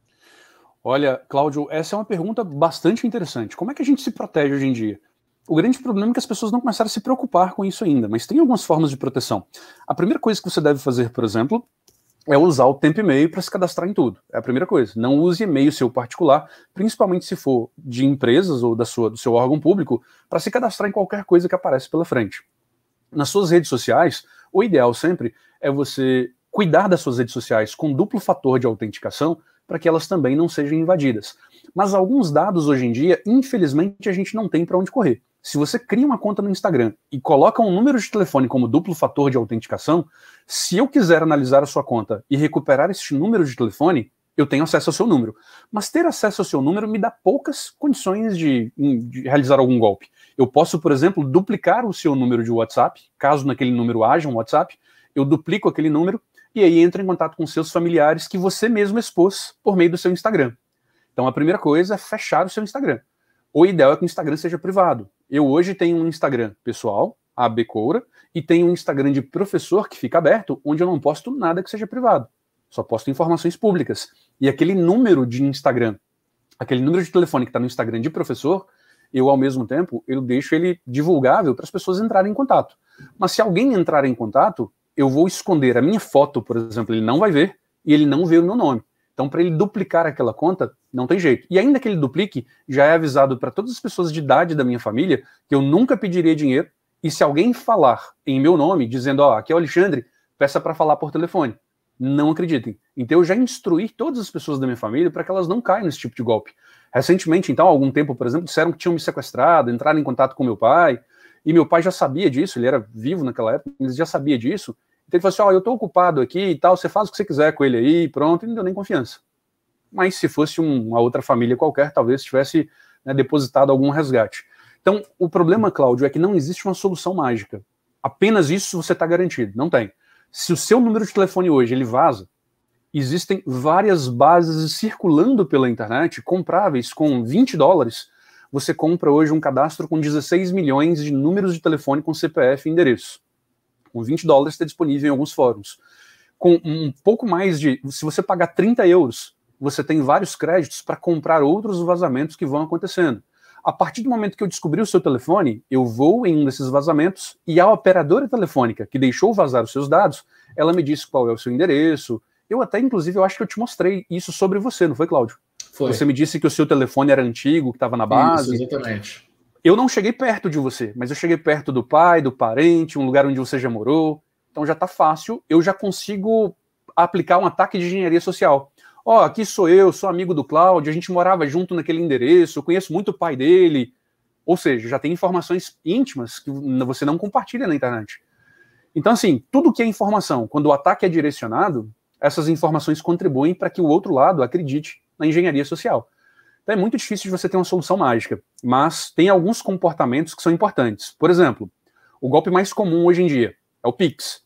Olha, Cláudio, essa é uma pergunta bastante interessante. Como é que a gente se protege hoje em dia? O grande problema é que as pessoas não começaram a se preocupar com isso ainda, mas tem algumas formas de proteção. A primeira coisa que você deve fazer, por exemplo, é usar o tempo e-mail para se cadastrar em tudo. É a primeira coisa. Não use e-mail seu particular, principalmente se for de empresas ou do seu órgão público, para se cadastrar em qualquer coisa que aparece pela frente. Nas suas redes sociais, o ideal sempre é você cuidar das suas redes sociais com duplo fator de autenticação para que elas também não sejam invadidas. Mas alguns dados hoje em dia, infelizmente, a gente não tem para onde correr. Se você cria uma conta no Instagram e coloca um número de telefone como duplo fator de autenticação, se eu quiser analisar a sua conta e recuperar esse número de telefone, eu tenho acesso ao seu número. Mas ter acesso ao seu número me dá poucas condições de realizar algum golpe. Eu posso, por exemplo, duplicar o seu número de WhatsApp, caso naquele número haja um WhatsApp, eu duplico aquele número e aí entro em contato com seus familiares que você mesmo expôs por meio do seu Instagram. Então a primeira coisa é fechar o seu Instagram. O ideal é que o Instagram seja privado. Eu hoje tenho um Instagram pessoal, AB Coura, e tenho um Instagram de professor que fica aberto, onde eu não posto nada que seja privado. Só posto informações públicas. E aquele número de Instagram, aquele número de telefone que está no Instagram de professor, eu, ao mesmo tempo, eu deixo ele divulgável para as pessoas entrarem em contato. Mas se alguém entrar em contato, eu vou esconder a minha foto, por exemplo, ele não vai ver, e ele não vê o meu nome. Então, para ele duplicar aquela conta, não tem jeito. E ainda que ele duplique, já é avisado para todas as pessoas de idade da minha família que eu nunca pediria dinheiro, e se alguém falar em meu nome, dizendo, aqui é o Alexandre, peça para falar por telefone. Não acreditem. Então, eu já instruí todas as pessoas da minha família para que elas não caiam nesse tipo de golpe. Recentemente, então, há algum tempo, por exemplo, disseram que tinham me sequestrado, entraram em contato com meu pai, e meu pai já sabia disso, ele era vivo naquela época, ele já sabia disso. Então ele falou assim, eu estou ocupado aqui e tal, você faz o que você quiser com ele aí, pronto, e não deu nem confiança. Mas se fosse uma outra família qualquer, talvez tivesse depositado algum resgate. Então, o problema, Cláudio, é que não existe uma solução mágica. Apenas isso você está garantido, não tem. Se o seu número de telefone hoje ele vaza, existem várias bases circulando pela internet, compráveis com $20, você compra hoje um cadastro com 16 milhões de números de telefone com CPF e endereço. Com $20 está disponível em alguns fóruns. Com um pouco mais de... Se você pagar 30 euros, você tem vários créditos para comprar outros vazamentos que vão acontecendo. A partir do momento que eu descobri o seu telefone, eu vou em um desses vazamentos e a operadora telefônica que deixou vazar os seus dados, ela me disse qual é o seu endereço. Eu até, inclusive, eu acho que eu te mostrei isso sobre você, não foi, Cláudio? Foi. Você me disse que o seu telefone era antigo, que estava na base. Isso, exatamente. Eu não cheguei perto de você, mas eu cheguei perto do pai, do parente, um lugar onde você já morou. Então já está fácil, eu já consigo aplicar um ataque de engenharia social. Aqui sou eu, sou amigo do Cláudio, a gente morava junto naquele endereço, eu conheço muito o pai dele. Ou seja, já tem informações íntimas que você não compartilha na internet. Então, assim, tudo que é informação, quando o ataque é direcionado, essas informações contribuem para que o outro lado acredite na engenharia social. Então é muito difícil de você ter uma solução mágica, mas tem alguns comportamentos que são importantes. Por exemplo, o golpe mais comum hoje em dia é o Pix.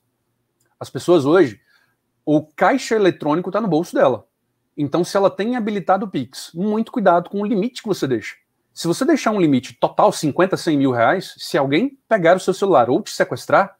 As pessoas hoje, o caixa eletrônico está no bolso dela. Então, se ela tem habilitado o Pix, muito cuidado com o limite que você deixa. Se você deixar um limite total, 50, 100 mil reais, se alguém pegar o seu celular ou te sequestrar,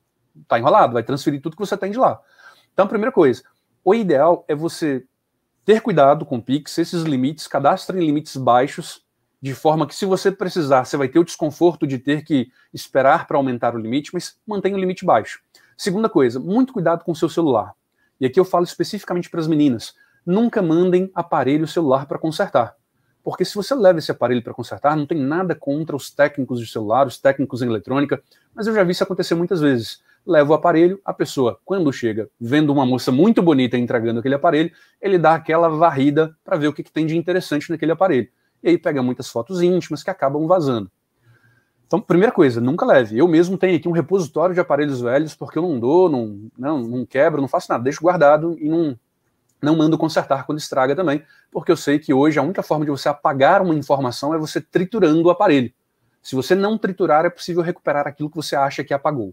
tá enrolado, vai transferir tudo que você tem de lá. Então, a primeira coisa, o ideal é você ter cuidado com o Pix, esses limites, cadastre em limites baixos, de forma que se você precisar, você vai ter o desconforto de ter que esperar para aumentar o limite, mas mantenha o limite baixo. Segunda coisa, muito cuidado com o seu celular. E aqui eu falo especificamente para as meninas, nunca mandem aparelho celular para consertar. Porque se você leva esse aparelho para consertar, não tem nada contra os técnicos de celular, os técnicos em eletrônica, mas eu já vi isso acontecer muitas vezes. Leva o aparelho, a pessoa, quando chega, vendo uma moça muito bonita entregando aquele aparelho, ele dá aquela varrida para ver o que tem de interessante naquele aparelho. E aí pega muitas fotos íntimas que acabam vazando. Então, primeira coisa, nunca leve. Eu mesmo tenho aqui um repositório de aparelhos velhos, porque eu não dou, não quebro, não faço nada, deixo guardado e não mando consertar quando estraga também, porque eu sei que hoje a única forma de você apagar uma informação é você triturando o aparelho. Se você não triturar, é possível recuperar aquilo que você acha que apagou.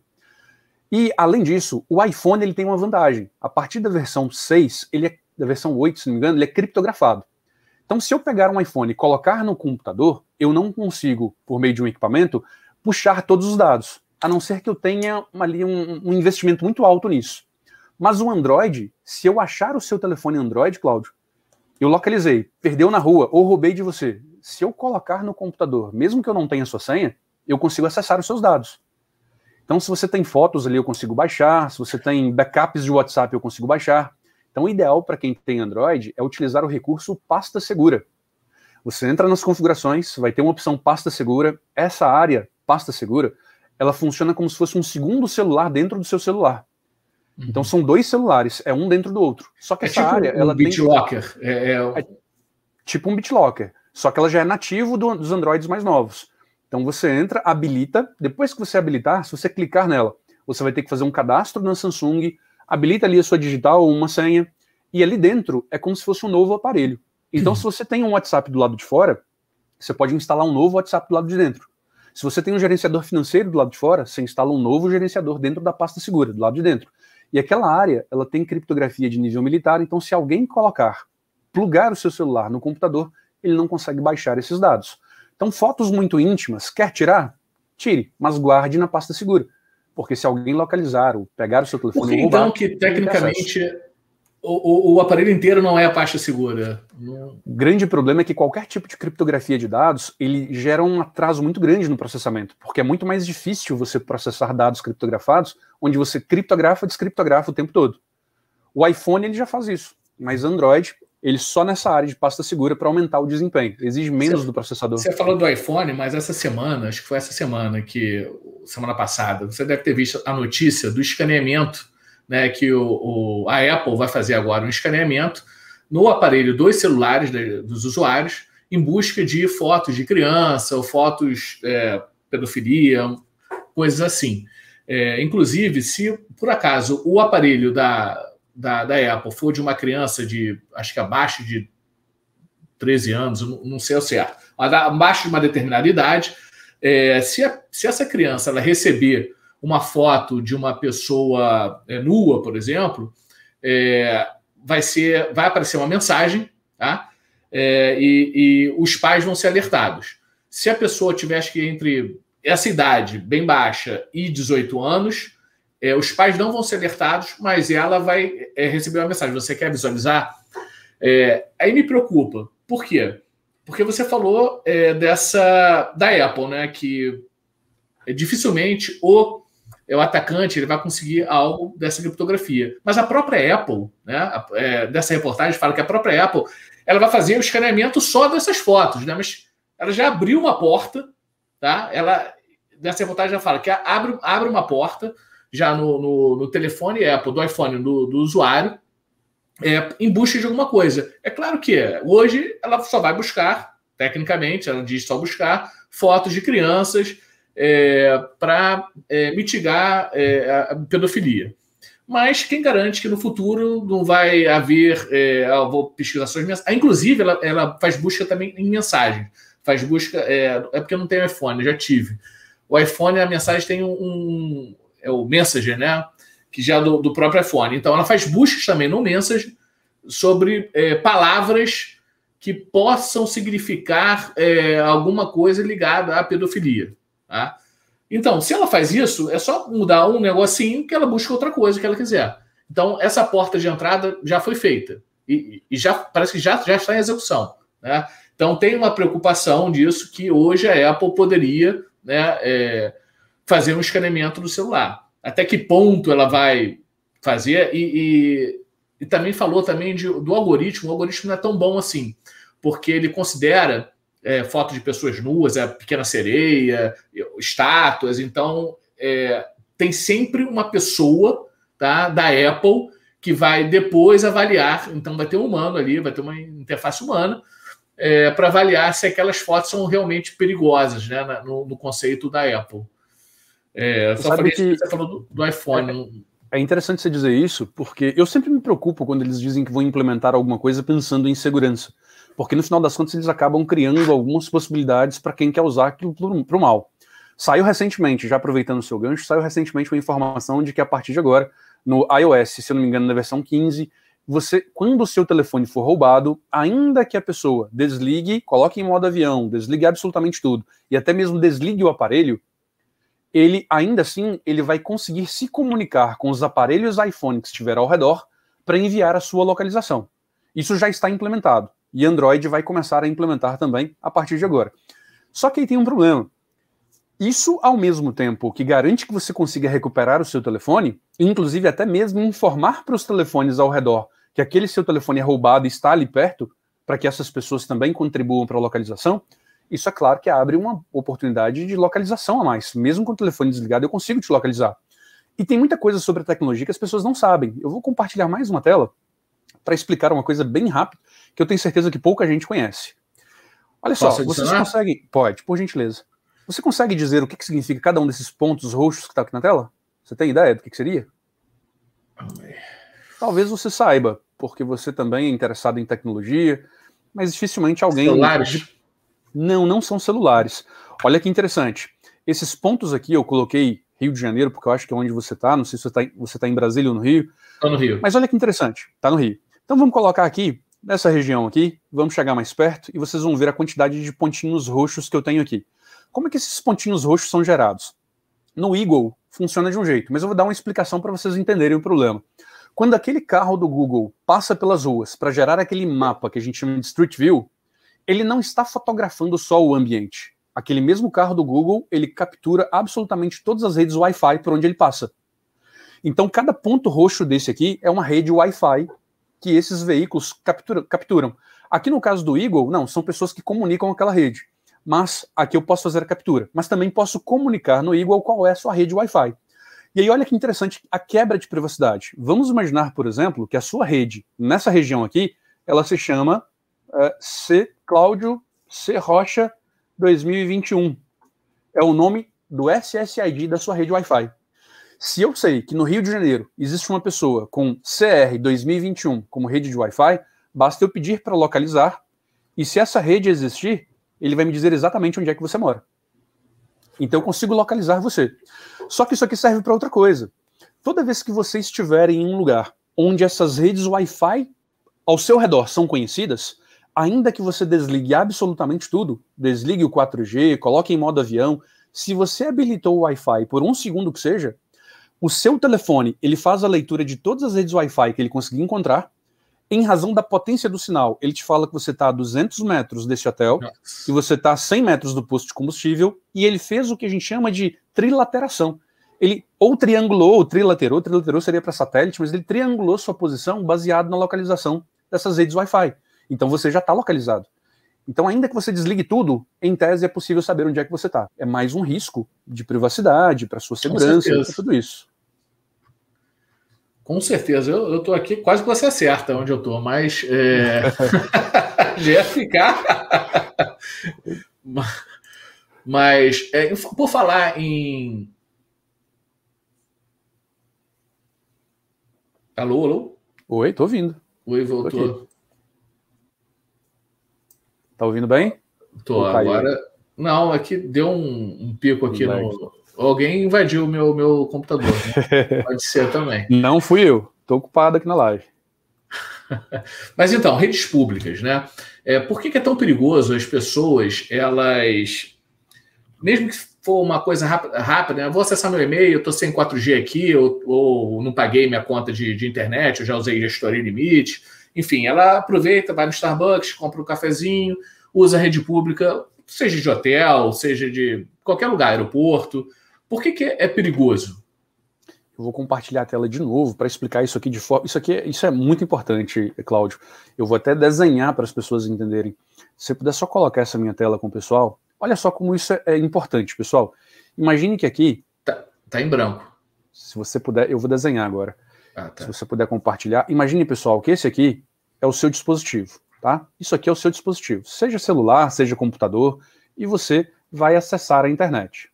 E, além disso, o iPhone ele tem uma vantagem. A partir da versão 6, da versão 8, se não me engano, ele é criptografado. Então, se eu pegar um iPhone e colocar no computador, eu não consigo, por meio de um equipamento, puxar todos os dados, a não ser que eu tenha ali um investimento muito alto nisso. Mas o Android, se eu achar o seu telefone Android, Cláudio, eu localizei, perdeu na rua ou roubei de você. Se eu colocar no computador, mesmo que eu não tenha sua senha, eu consigo acessar os seus dados. Então, se você tem fotos ali, eu consigo baixar. Se você tem backups de WhatsApp, eu consigo baixar. Então, o ideal para quem tem Android é utilizar o recurso pasta segura. Você entra nas configurações, vai ter uma opção pasta segura. Essa área, pasta segura, ela funciona como se fosse um segundo celular dentro do seu celular. Então, são dois celulares, é um dentro do outro. Só que essa tipo área... ela BitLocker. É tipo um BitLocker. Só que ela já é nativo dos Androids mais novos. Então você entra, habilita, depois que você habilitar, se você clicar nela, você vai ter que fazer um cadastro na Samsung, habilita ali a sua digital ou uma senha, e ali dentro é como se fosse um novo aparelho. Então se você tem um WhatsApp do lado de fora, você pode instalar um novo WhatsApp do lado de dentro. Se você tem um gerenciador financeiro do lado de fora, você instala um novo gerenciador dentro da pasta segura, do lado de dentro. E aquela área, ela tem criptografia de nível militar, então se alguém plugar o seu celular no computador, ele não consegue baixar esses dados. Então, fotos muito íntimas, quer tirar? Tire, mas guarde na pasta segura. Porque se alguém localizar ou pegar o seu telefone e roubar... Então, que tecnicamente o aparelho inteiro não é a pasta segura? O grande problema é que qualquer tipo de criptografia de dados, ele gera um atraso muito grande no processamento, porque é muito mais difícil você processar dados criptografados, onde você criptografa e descriptografa o tempo todo. O iPhone ele já faz isso, mas Android... ele só nessa área de pasta segura para aumentar o desempenho. Exige menos do processador. Você falou do iPhone, mas essa semana, acho que foi essa semana passada, você deve ter visto a notícia do escaneamento, né, que a Apple vai fazer agora um escaneamento no aparelho dos celulares dos usuários em busca de fotos de criança ou fotos pedofilia, coisas assim. Inclusive, se por acaso o aparelho da Apple for de uma criança de, acho que abaixo de 13 anos, não sei ao certo, abaixo de uma determinada idade, se essa criança ela receber uma foto de uma pessoa nua, por exemplo, vai aparecer uma mensagem, tá? E os pais vão ser alertados. Se a pessoa tiver, acho que entre essa idade bem baixa e 18 anos, os pais não vão ser alertados, mas ela vai receber uma mensagem. Você quer visualizar? Aí me preocupa. Por quê? Porque você falou da Apple, né? Que dificilmente o atacante ele vai conseguir algo dessa criptografia. Mas a própria Apple, né? Dessa reportagem fala que a própria Apple ela vai fazer o escaneamento só dessas fotos, né? Mas ela já abriu uma porta, tá? Dessa reportagem já fala que abre uma porta já no telefone Apple, do iPhone do usuário, em busca de alguma coisa. É claro que hoje ela só vai buscar, tecnicamente, ela diz só buscar fotos de crianças para mitigar a pedofilia. Mas quem garante que no futuro não vai haver... eu vou pesquisar suas mensagens. Inclusive, ela faz busca também em mensagens. Faz busca... porque eu não tenho iPhone, eu já tive. O iPhone, a mensagem tem o Messenger, né? Que já é do próprio iPhone. Então, ela faz buscas também no Messenger sobre palavras que possam significar alguma coisa ligada à pedofilia. Tá? Então, se ela faz isso, é só mudar um negocinho que ela busca outra coisa que ela quiser. Então, essa porta de entrada já foi feita. E já parece que já está em execução. Né? Então, tem uma preocupação disso que hoje a Apple poderia, né, fazer um escaneamento do celular. Até que ponto ela vai fazer? E também falou também do algoritmo. O algoritmo não é tão bom assim, porque ele considera foto de pessoas nuas, a pequena sereia, estátuas. Então, tem sempre uma pessoa, tá, da Apple que vai depois avaliar. Então, vai ter um humano ali, vai ter uma interface humana para avaliar se aquelas fotos são realmente perigosas, né, no conceito da Apple. Só falei que você falou do iPhone. É interessante você dizer isso, porque eu sempre me preocupo quando eles dizem que vão implementar alguma coisa pensando em segurança. Porque no final das contas eles acabam criando algumas possibilidades para quem quer usar aquilo para o mal. Saiu recentemente, já aproveitando o seu gancho, saiu recentemente uma informação de que a partir de agora, no iOS, se eu não me engano, na versão 15, quando o seu telefone for roubado, ainda que a pessoa desligue, coloque em modo avião, desligue absolutamente tudo, e até mesmo desligue o aparelho, ele ainda assim ele vai conseguir se comunicar com os aparelhos iPhone que estiver ao redor para enviar a sua localização. Isso já está implementado, e Android vai começar a implementar também a partir de agora. Só que aí tem um problema. Isso, ao mesmo tempo que garante que você consiga recuperar o seu telefone, inclusive até mesmo informar para os telefones ao redor que aquele seu telefone é roubado e está ali perto, para que essas pessoas também contribuam para a localização, isso é claro que abre uma oportunidade de localização a mais. Mesmo com o telefone desligado, eu consigo te localizar. E tem muita coisa sobre a tecnologia que as pessoas não sabem. Eu vou compartilhar mais uma tela para explicar uma coisa bem rápida, que eu tenho certeza que pouca gente conhece. Olha só, vocês conseguem... Pode, por gentileza. Você consegue dizer o que significa cada um desses pontos roxos que está aqui na tela? Você tem ideia do que seria? Talvez você saiba, porque você também é interessado em tecnologia, mas dificilmente alguém... Celulares? Não são celulares. Olha que interessante. Esses pontos aqui, eu coloquei Rio de Janeiro, porque eu acho que é onde você está, não sei se você está em Brasília ou no Rio. Estou no Rio. Mas olha que interessante, está no Rio. Então vamos colocar aqui, nessa região aqui, vamos chegar mais perto e vocês vão ver a quantidade de pontinhos roxos que eu tenho aqui. Como é que esses pontinhos roxos são gerados? No Eagle funciona de um jeito, mas eu vou dar uma explicação para vocês entenderem o problema. Quando aquele carro do Google passa pelas ruas para gerar aquele mapa que a gente chama de Street View, ele não está fotografando só o ambiente. Aquele mesmo carro do Google, ele captura absolutamente todas as redes Wi-Fi por onde ele passa. Então, cada ponto roxo desse aqui é uma rede Wi-Fi que esses veículos capturam. Aqui no caso do Eagle, não, são pessoas que comunicam aquela rede. Mas aqui eu posso fazer a captura. Mas também posso comunicar no Eagle qual é a sua rede Wi-Fi. E aí olha que interessante a quebra de privacidade. Vamos imaginar, por exemplo, que a sua rede, nessa região aqui, ela se chama Cláudio C. Rocha 2021. É o nome do SSID da sua rede Wi-Fi. Se eu sei que no Rio de Janeiro existe uma pessoa com CR 2021 como rede de Wi-Fi, basta eu pedir para localizar, e se essa rede existir, ele vai me dizer exatamente onde é que você mora. Então eu consigo localizar você. Só que isso aqui serve para outra coisa. Toda vez que você estiver em um lugar onde essas redes Wi-Fi ao seu redor são conhecidas, ainda que você desligue absolutamente tudo, desligue o 4G, coloque em modo avião, se você habilitou o Wi-Fi por um segundo que seja, o seu telefone ele faz a leitura de todas as redes Wi-Fi que ele conseguir encontrar. Em razão da potência do sinal, ele te fala que você está a 200 metros desse hotel, e você está a 100 metros do posto de combustível, e ele fez o que a gente chama de trilateração. Ele ou triangulou ou trilaterou seria para satélite, mas ele triangulou sua posição baseado na localização dessas redes Wi-Fi. Então você já está localizado. Então ainda que você desligue tudo, em tese é possível saber onde é que você está. É mais um risco de privacidade, para sua segurança, para tudo isso. Com certeza, eu tô aqui, quase que você acerta onde eu tô, mas ia ficar. Mas, por falar em... Alô, alô? Oi, tô ouvindo. Oi, voltou. Tá ouvindo bem? Tô, agora... Não, aqui deu um pico aqui no... Alguém invadiu o meu computador, né? Pode ser também. Não fui eu. Estou ocupado aqui na live. Mas então, redes públicas, né? Por que é tão perigoso as pessoas, elas... Mesmo que for uma coisa rápida, né? Vou acessar meu e-mail, estou sem 4G aqui, ou não paguei minha conta de internet, eu já usei gestoria limite. Enfim, ela aproveita, vai no Starbucks, compra um cafezinho, usa rede pública, seja de hotel, seja de qualquer lugar, aeroporto. Por que é perigoso? Eu vou compartilhar a tela de novo para explicar isso aqui de forma... Isso é muito importante, Cláudio. Eu vou até desenhar para as pessoas entenderem. Se você puder só colocar essa minha tela com o pessoal, olha só como isso é importante, pessoal. Imagine que aqui... Tá em branco. Se você puder, eu vou desenhar agora. Tá. Se você puder compartilhar. Imagine, pessoal, que esse aqui é o seu dispositivo, tá? Isso aqui é o seu dispositivo. Seja celular, seja computador, e você vai acessar a internet.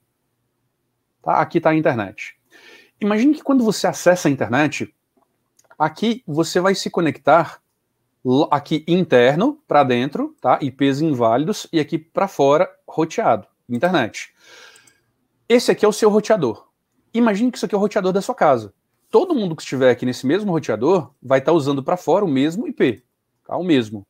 Tá? Aqui está a internet. Imagine que quando você acessa a internet, aqui você vai se conectar aqui interno para dentro, tá? IPs inválidos, e aqui para fora, roteado, internet. Esse aqui é o seu roteador. Imagine que isso aqui é o roteador da sua casa. Todo mundo que estiver aqui nesse mesmo roteador vai estar usando para fora o mesmo IP, tá? O mesmo.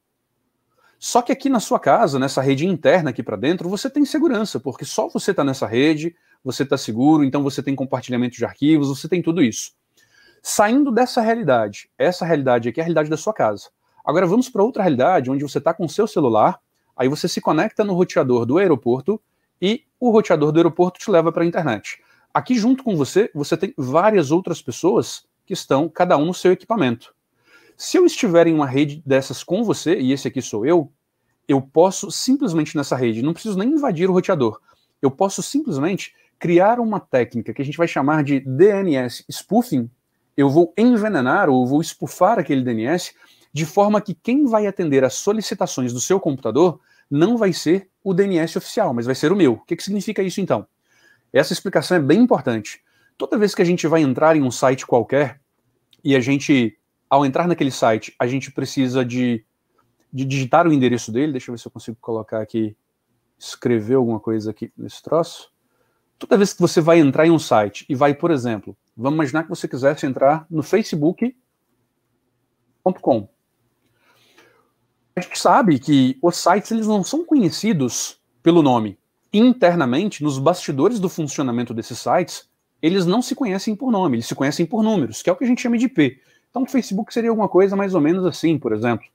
Só que aqui na sua casa, nessa rede interna aqui para dentro, você tem segurança, porque só você está nessa rede, você está seguro, então você tem compartilhamento de arquivos, você tem tudo isso. Saindo dessa realidade, essa realidade aqui é a realidade da sua casa. Agora vamos para outra realidade, onde você está com o seu celular, aí você se conecta no roteador do aeroporto e o roteador do aeroporto te leva para a internet. Aqui junto com você, você tem várias outras pessoas que estão, cada um no seu equipamento. Se eu estiver em uma rede dessas com você, e esse aqui sou eu posso simplesmente nessa rede, não preciso nem invadir o roteador, eu posso simplesmente criar uma técnica que a gente vai chamar de DNS spoofing. Eu vou envenenar ou vou espufar aquele DNS de forma que quem vai atender às solicitações do seu computador não vai ser o DNS oficial, mas vai ser o meu. O que significa isso então? Essa explicação é bem importante. Toda vez que a gente vai entrar em um site qualquer e a gente, ao entrar naquele site, a gente precisa de digitar o endereço dele, deixa eu ver se eu consigo colocar aqui, escrever alguma coisa aqui nesse troço. Toda vez que você vai entrar em um site e vai, por exemplo, vamos imaginar que você quisesse entrar no facebook.com. A gente sabe que os sites eles não são conhecidos pelo nome. Internamente, nos bastidores do funcionamento desses sites, eles não se conhecem por nome, eles se conhecem por números, que é o que a gente chama de IP. Então o Facebook seria alguma coisa mais ou menos assim, por exemplo.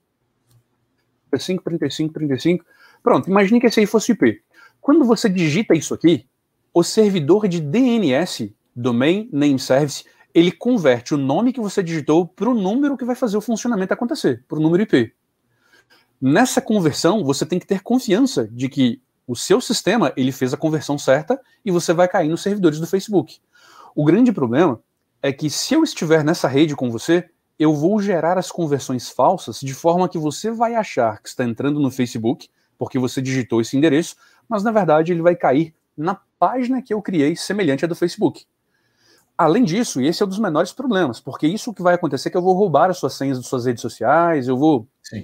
35, 35, 35. Pronto, imagine que esse aí fosse o IP. Quando você digita isso aqui, o servidor de DNS, Domain Name Service, ele converte o nome que você digitou para o número que vai fazer o funcionamento acontecer, para o número IP. Nessa conversão, você tem que ter confiança de que o seu sistema ele fez a conversão certa e você vai cair nos servidores do Facebook. O grande problema é que se eu estiver nessa rede com você, eu vou gerar as conversões falsas de forma que você vai achar que está entrando no Facebook, porque você digitou esse endereço, mas na verdade ele vai cair na página que eu criei semelhante à do Facebook. Além disso, e esse é um dos menores problemas, porque isso que vai acontecer é que eu vou roubar as suas senhas de suas redes sociais, eu vou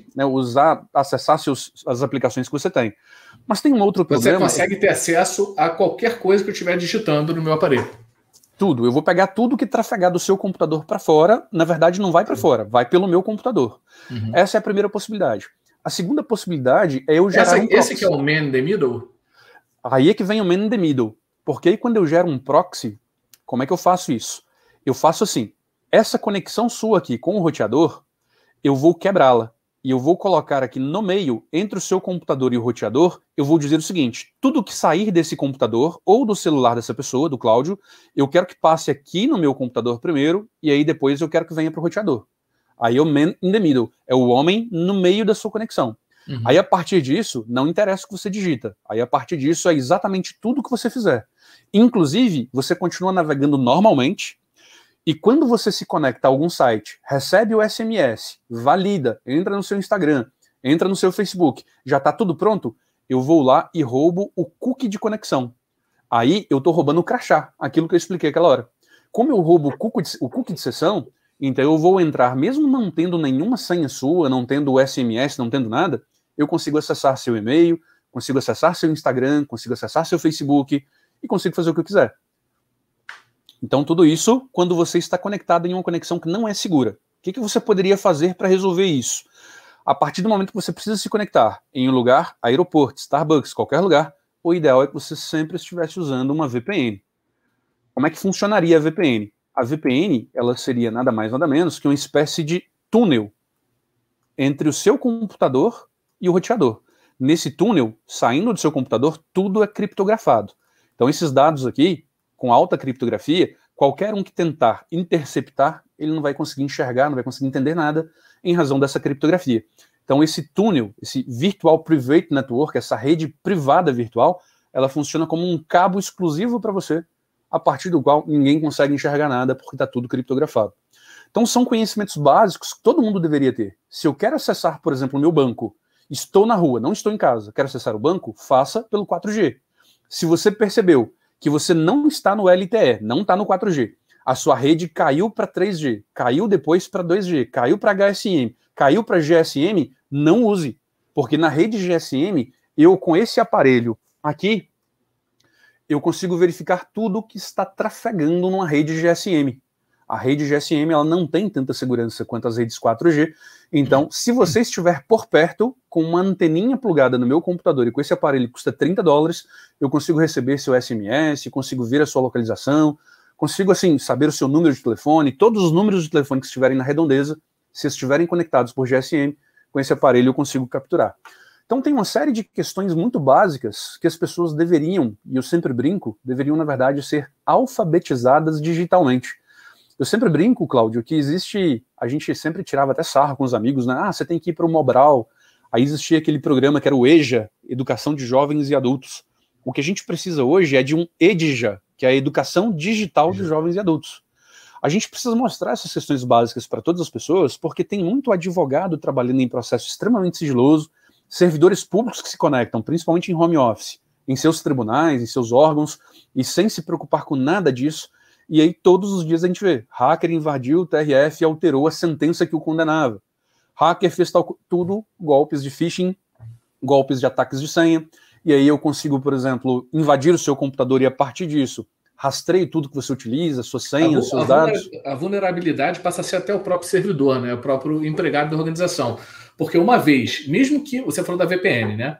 acessar as aplicações que você tem. Mas tem um outro problema... Você consegue ter acesso a qualquer coisa que eu estiver digitando no meu aparelho. Tudo. Eu vou pegar tudo que trafegar do seu computador para fora, na verdade não vai para fora, vai pelo meu computador. Uhum. Essa é a primeira possibilidade. A segunda possibilidade é eu gerar um proxy. Esse que é o man in the middle? Aí é que vem o man in the middle. Porque aí quando eu gero um proxy, como é que eu faço isso? Eu faço assim, essa conexão sua aqui com o roteador, eu vou quebrá-la. E eu vou colocar aqui no meio, entre o seu computador e o roteador, eu vou dizer o seguinte, tudo que sair desse computador, ou do celular dessa pessoa, do Cláudio, eu quero que passe aqui no meu computador primeiro, e aí depois eu quero que venha para o roteador. Aí é o man in the middle, é o homem no meio da sua conexão. Uhum. Aí a partir disso, não interessa o que você digita. Aí a partir disso é exatamente tudo que você fizer. Inclusive, você continua navegando normalmente, e quando você se conecta a algum site, recebe o SMS, valida, entra no seu Instagram, entra no seu Facebook, já está tudo pronto, eu vou lá e roubo o cookie de conexão. Aí eu estou roubando o crachá, aquilo que eu expliquei aquela hora. Como eu roubo o cookie de sessão, então eu vou entrar, mesmo não tendo nenhuma senha sua, não tendo o SMS, não tendo nada, eu consigo acessar seu e-mail, consigo acessar seu Instagram, consigo acessar seu Facebook e consigo fazer o que eu quiser. Então tudo isso quando você está conectado em uma conexão que não é segura. O que você poderia fazer para resolver isso? A partir do momento que você precisa se conectar em um lugar, aeroporto, Starbucks, qualquer lugar, o ideal é que você sempre estivesse usando uma VPN. Como é que funcionaria a VPN? A VPN, ela seria nada mais nada menos que uma espécie de túnel entre o seu computador e o roteador. Nesse túnel, saindo do seu computador, tudo é criptografado. Então, esses dados aqui, com alta criptografia, qualquer um que tentar interceptar, ele não vai conseguir enxergar, não vai conseguir entender nada em razão dessa criptografia. Então, esse túnel, esse Virtual Private Network, essa rede privada virtual, ela funciona como um cabo exclusivo para você, a partir do qual ninguém consegue enxergar nada, porque está tudo criptografado. Então, são conhecimentos básicos que todo mundo deveria ter. Se eu quero acessar, por exemplo, o meu banco, estou na rua, não estou em casa, quero acessar o banco, faça pelo 4G. Se você percebeu que você não está no LTE, não está no 4G, a sua rede caiu para 3G, caiu depois para 2G, caiu para HSM, caiu para GSM, não use. Porque na rede GSM, eu com esse aparelho aqui, eu consigo verificar tudo que está trafegando numa rede GSM. A rede GSM ela não tem tanta segurança quanto as redes 4G. Então, se você estiver por perto, com uma anteninha plugada no meu computador e com esse aparelho que custa $30, eu consigo receber seu SMS, consigo ver a sua localização, consigo, assim, saber o seu número de telefone, todos os números de telefone que estiverem na redondeza, se estiverem conectados por GSM, com esse aparelho eu consigo capturar. Então tem uma série de questões muito básicas que as pessoas deveriam, e eu sempre brinco, deveriam, na verdade, ser alfabetizadas digitalmente. Eu sempre brinco, Cláudio, que existe, a gente sempre tirava até sarro com os amigos, né? Ah, você tem que ir para o Mobral. Aí existia aquele programa que era o EJA, Educação de Jovens e Adultos. O que a gente precisa hoje é de um EDIJA, que é a Educação Digital de Jovens e Adultos. A gente precisa mostrar essas questões básicas para todas as pessoas, porque tem muito advogado trabalhando em processo extremamente sigiloso, servidores públicos que se conectam, principalmente em home office, em seus tribunais, em seus órgãos, e sem se preocupar com nada disso. E aí todos os dias a gente vê, hacker invadiu o TRF e alterou a sentença que o condenava. Hacker fez tal, tudo golpes de phishing, golpes de ataques de senha, e aí eu consigo, por exemplo, invadir o seu computador e a partir disso rastreio tudo que você utiliza, suas senhas, seus dados. A vulnerabilidade passa a ser até o próprio servidor, né? O próprio empregado da organização. Porque uma vez, mesmo que, você falou da VPN, né?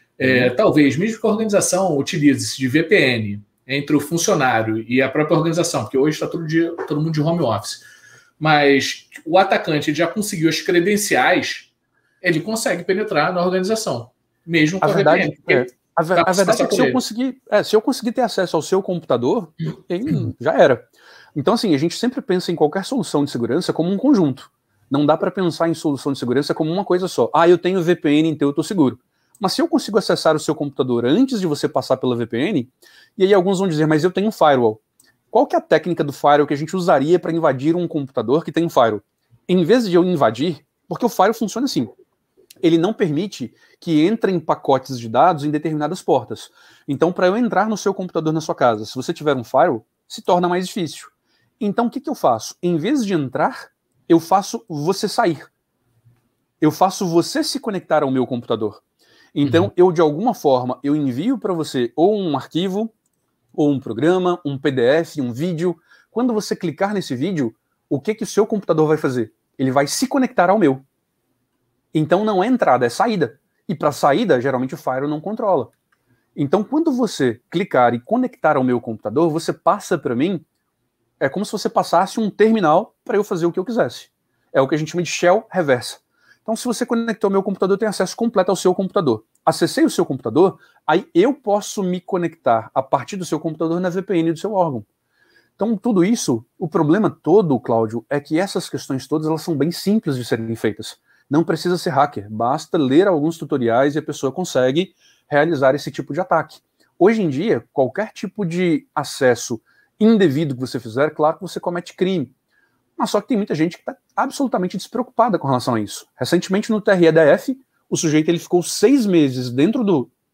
Talvez, mesmo que a organização utilize-se de VPN entre o funcionário e a própria organização, porque hoje está todo mundo de home office, mas o atacante já conseguiu as credenciais, ele consegue penetrar na organização, mesmo com a VPN. A verdade é que se eu conseguir ter acesso ao seu computador, já era. Então, assim, a gente sempre pensa em qualquer solução de segurança como um conjunto. Não dá para pensar em solução de segurança como uma coisa só. Ah, eu tenho VPN, então eu estou seguro. Mas se eu consigo acessar o seu computador antes de você passar pela VPN, e aí alguns vão dizer, mas eu tenho um firewall. Qual que é a técnica do firewall que a gente usaria para invadir um computador que tem um firewall? Em vez de eu invadir, porque o firewall funciona assim, ele não permite que entrem pacotes de dados em determinadas portas. Então, para eu entrar no seu computador na sua casa, se você tiver um firewall, se torna mais difícil. Então, o que eu faço? Em vez de entrar, eu faço você sair. Eu faço você se conectar ao meu computador. Então, eu, de alguma forma, eu envio para você ou um arquivo, ou um programa, um PDF, um vídeo. Quando você clicar nesse vídeo, o que o seu computador vai fazer? Ele vai se conectar ao meu. Então não é entrada, é saída. E para saída, geralmente o firewall não controla. Então quando você clicar e conectar ao meu computador, você passa para mim, é como se você passasse um terminal para eu fazer o que eu quisesse. É o que a gente chama de shell reversa. Então se você conectou ao meu computador, eu tenho acesso completo ao seu computador. Acessei o seu computador, aí eu posso me conectar a partir do seu computador na VPN do seu órgão. Então tudo isso, o problema todo, Cláudio, é que essas questões todas elas são bem simples de serem feitas. Não precisa ser hacker, basta ler alguns tutoriais e a pessoa consegue realizar esse tipo de ataque. Hoje em dia, qualquer tipo de acesso indevido que você fizer, claro que você comete crime. Mas só que tem muita gente que está absolutamente despreocupada com relação a isso. Recentemente no TRE-DF, o sujeito ele ficou 6 meses dentro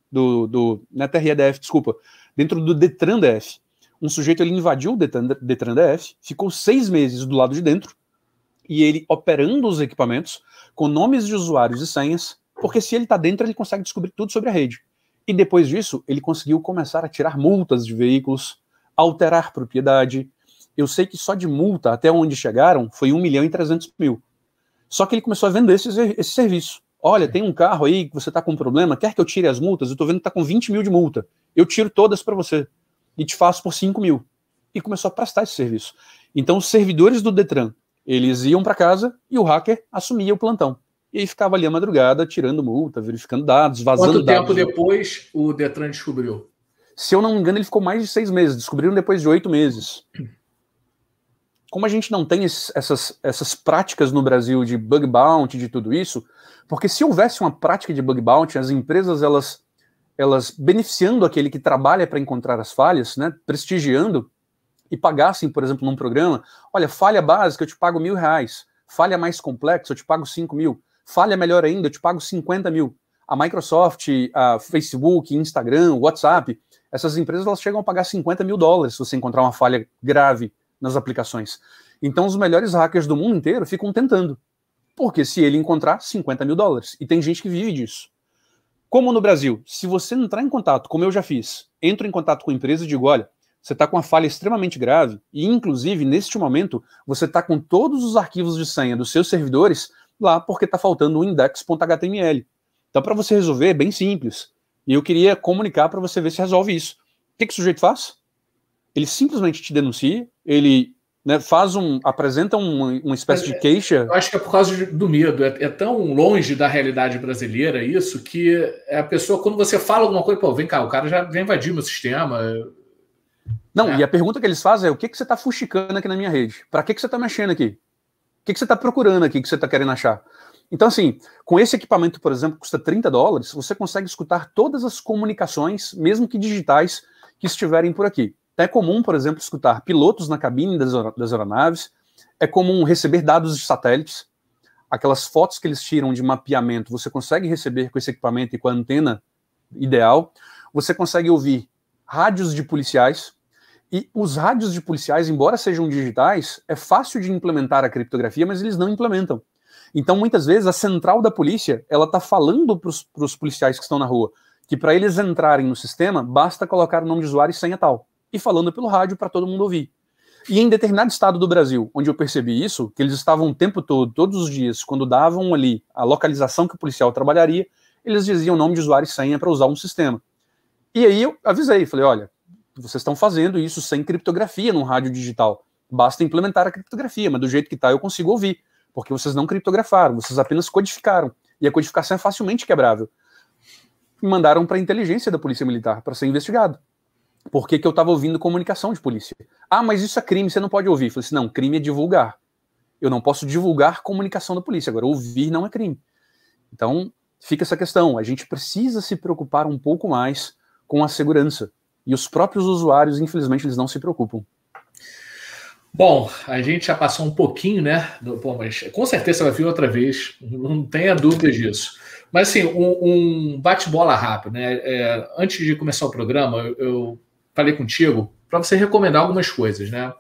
dentro do Detran-DF. Um sujeito ele invadiu o Detran-DF, ficou 6 meses do lado de dentro, e ele operando os equipamentos com nomes de usuários e senhas, porque se ele está dentro, ele consegue descobrir tudo sobre a rede. E depois disso, ele conseguiu começar a tirar multas de veículos, alterar propriedade. Eu sei que só de multa, até onde chegaram, foi 1.300.000. Só que ele começou a vender esse serviço. Olha, tem um carro aí que você está com um problema, quer que eu tire as multas? Eu estou vendo que está com 20 mil de multa. Eu tiro todas para você e te faço por 5 mil. E começou a prestar esse serviço. Então, os servidores do Detran, eles iam para casa e o hacker assumia o plantão. e aí ficava ali a madrugada tirando multa, verificando dados, vazando dados. Quanto tempo depois o Detran descobriu? Se eu não me engano, ele ficou mais de 6 meses. Descobriram depois de 8 meses. Como a gente não tem essas práticas no Brasil de bug bounty, de tudo isso, porque se houvesse uma prática de bug bounty, as empresas, elas beneficiando aquele que trabalha para encontrar as falhas, né, prestigiando, e pagassem, por exemplo, num programa, olha, falha básica, eu te pago R$1.000, falha mais complexa, eu te pago 5 mil, falha melhor ainda, eu te pago 50 mil. A Microsoft, a Facebook, Instagram, WhatsApp, essas empresas elas chegam a pagar $50 mil se você encontrar uma falha grave nas aplicações. Então os melhores hackers do mundo inteiro ficam tentando. Porque se ele encontrar $50 mil, e tem gente que vive disso. Como no Brasil, se você entrar em contato, como eu já fiz, entro em contato com a empresa e digo, olha, você está com uma falha extremamente grave, e inclusive, neste momento, você está com todos os arquivos de senha dos seus servidores lá porque está faltando o index.html. Então, para você resolver, é bem simples. E eu queria comunicar para você ver se resolve isso. O que o sujeito faz? Ele simplesmente te denuncia, ele, né, apresenta uma espécie de queixa. Eu acho que é por causa do medo. É tão longe da realidade brasileira isso que a pessoa, quando você fala alguma coisa, pô, vem cá, o cara já vem invadir meu sistema. Não, e a pergunta que eles fazem é: o que você está fuxicando aqui na minha rede? Para que você está mexendo aqui? O que você está procurando aqui, que você está querendo achar? Então, assim, com esse equipamento, por exemplo, que custa $30, você consegue escutar todas as comunicações, mesmo que digitais, que estiverem por aqui. Então, é comum, por exemplo, escutar pilotos na cabine das aeronaves, é comum receber dados de satélites, aquelas fotos que eles tiram de mapeamento, você consegue receber com esse equipamento e com a antena ideal, você consegue ouvir rádios de policiais, e os rádios de policiais, embora sejam digitais, é fácil de implementar a criptografia, mas eles não implementam. Então, muitas vezes, a central da polícia, ela está falando para os policiais que estão na rua, que para eles entrarem no sistema, basta colocar o nome de usuário e senha tal, e falando pelo rádio para todo mundo ouvir. E em determinado estado do Brasil, onde eu percebi isso, que eles estavam o tempo todo, todos os dias, quando davam ali a localização que o policial trabalharia, eles diziam o nome de usuário e senha para usar um sistema. E aí eu avisei, falei, olha, vocês estão fazendo isso sem criptografia num rádio digital. Basta implementar a criptografia, mas do jeito que está eu consigo ouvir, porque vocês não criptografaram, vocês apenas codificaram. E a codificação é facilmente quebrável. E mandaram para a inteligência da Polícia Militar para ser investigado. Por que eu estava ouvindo comunicação de polícia? Ah, mas isso é crime, você não pode ouvir. Eu falei assim, não, crime é divulgar. Eu não posso divulgar comunicação da polícia. Agora, ouvir não é crime. Então, fica essa questão. A gente precisa se preocupar um pouco mais com a segurança. E os próprios usuários, infelizmente, eles não se preocupam. Bom, a gente já passou um pouquinho, né? Pô, mas com certeza você vai vir outra vez. Não tenha dúvida disso. Mas, assim, um bate-bola rápido, né? Antes de começar o programa, eu falei contigo para você recomendar algumas coisas, né?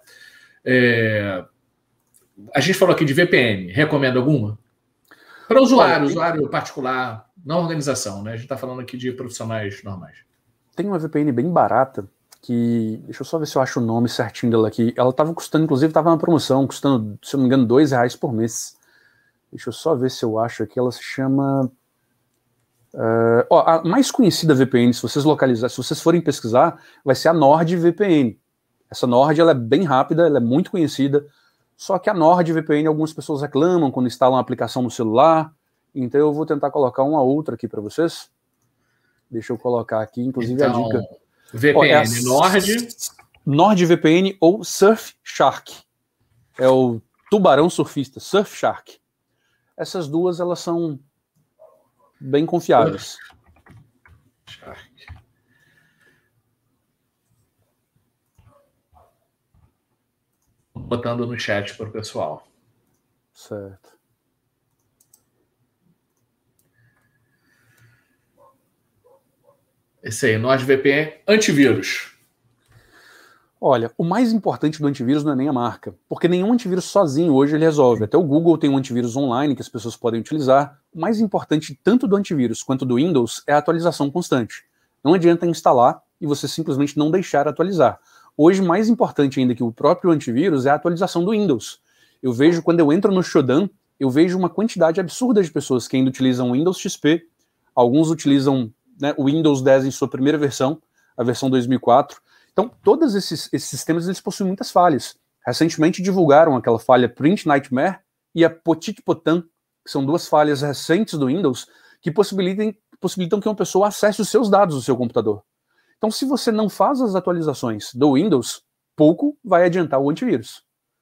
A gente falou aqui de VPN. Recomenda alguma? Para usuário particular, não organização, né? A gente está falando aqui de profissionais normais. Tem uma VPN bem barata que... Deixa eu só ver se eu acho o nome certinho dela aqui. Ela estava custando, inclusive, estava na promoção, custando, se eu não me engano, R$2 por mês. Deixa eu só ver se eu acho aqui. Ela se chama... a mais conhecida VPN, se vocês forem pesquisar, vai ser a NordVPN. Essa Nord, ela é bem rápida, ela é muito conhecida, só que a NordVPN, algumas pessoas reclamam quando instalam a aplicação no celular, então eu vou tentar colocar uma outra aqui para vocês. Deixa eu colocar aqui, inclusive então, a dica. VPN, NordVPN ou Surfshark. É o tubarão surfista, Surfshark. Essas duas, elas são bem confiáveis. Botando no chat para o pessoal. Certo. Esse aí, NordVPN, antivírus. Olha, o mais importante do antivírus não é nem a marca, porque nenhum antivírus sozinho hoje ele resolve. Até o Google tem um antivírus online que as pessoas podem utilizar. O mais importante tanto do antivírus quanto do Windows é a atualização constante. Não adianta instalar e você simplesmente não deixar atualizar. Hoje, mais importante ainda que o próprio antivírus é a atualização do Windows. Eu vejo, quando eu entro no Shodan, eu vejo uma quantidade absurda de pessoas que ainda utilizam o Windows XP, alguns utilizam, né, o Windows 10 em sua primeira versão, a versão 2004. Então, todos esses sistemas eles possuem muitas falhas. Recentemente divulgaram aquela falha Print Nightmare e a Potit Potan, que que são duas falhas recentes do Windows, que possibilitam que uma pessoa acesse os seus dados do seu computador. Então, se você não faz as atualizações do Windows, pouco vai adiantar o antivírus.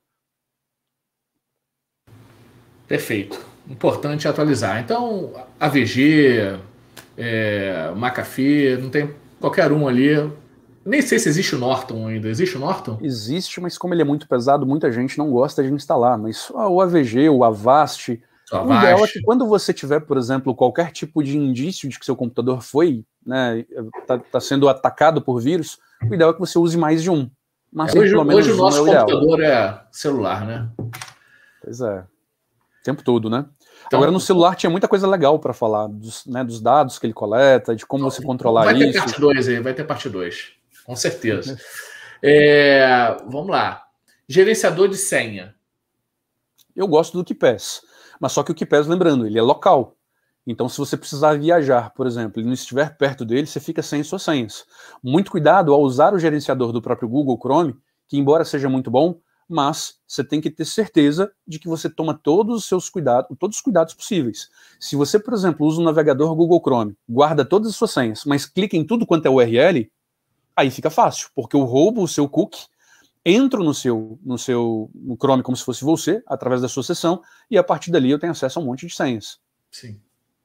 Perfeito. Importante atualizar. Então, AVG, McAfee, não tem qualquer um ali. Nem sei se existe o Norton ainda. Existe o Norton? Existe, mas como ele é muito pesado, muita gente não gosta de instalar. Mas o AVG, o Avast, o ideal é que quando você tiver, por exemplo, qualquer tipo de indício de que seu computador foi, né, tá sendo atacado por vírus, o ideal é que você use mais de um. Mas hoje o nosso computador é celular, né? Pois é. O tempo todo, né? Então, agora no celular tinha muita coisa legal para falar, dos dados que ele coleta, de como você controlar isso. Vai ter parte 2 aí, vai ter parte 2. Com certeza. Vamos lá. Gerenciador de senha. Eu gosto do KeePass. Mas só que o KeePass, lembrando, ele é local. Então, se você precisar viajar, por exemplo, e não estiver perto dele, você fica sem suas senhas. Muito cuidado ao usar o gerenciador do próprio Google Chrome, que embora seja muito bom, mas você tem que ter certeza de que você toma todos os cuidados possíveis. Se você, por exemplo, usa o navegador Google Chrome, guarda todas as suas senhas, mas clica em tudo quanto é URL, aí fica fácil, porque eu roubo o seu cookie, entro no Chrome como se fosse você, através da sua sessão, e a partir dali eu tenho acesso a um monte de senhas. Sim.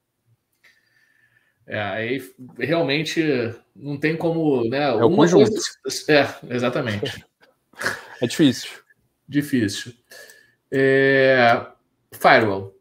Aí realmente não tem como, né? É o conjunto. Exatamente. É difícil. Difícil. Firewall.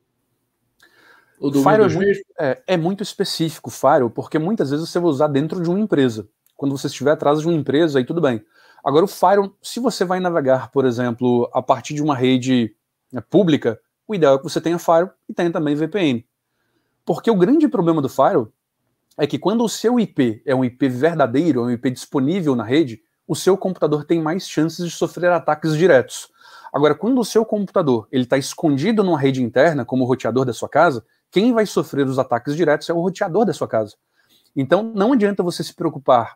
O do Firewall Windows é muito específico, Firewall, porque muitas vezes você vai usar dentro de uma empresa. Quando você estiver atrás de uma empresa, aí tudo bem. Agora, o Firewall, se você vai navegar, por exemplo, a partir de uma rede pública, o ideal é que você tenha Firewall e tenha também VPN. Porque o grande problema do Firewall é que quando o seu IP é um IP verdadeiro, é um IP disponível na rede, o seu computador tem mais chances de sofrer ataques diretos. Agora, quando o seu computador está escondido numa rede interna, como o roteador da sua casa, quem vai sofrer os ataques diretos é o roteador da sua casa. Então, não adianta você se preocupar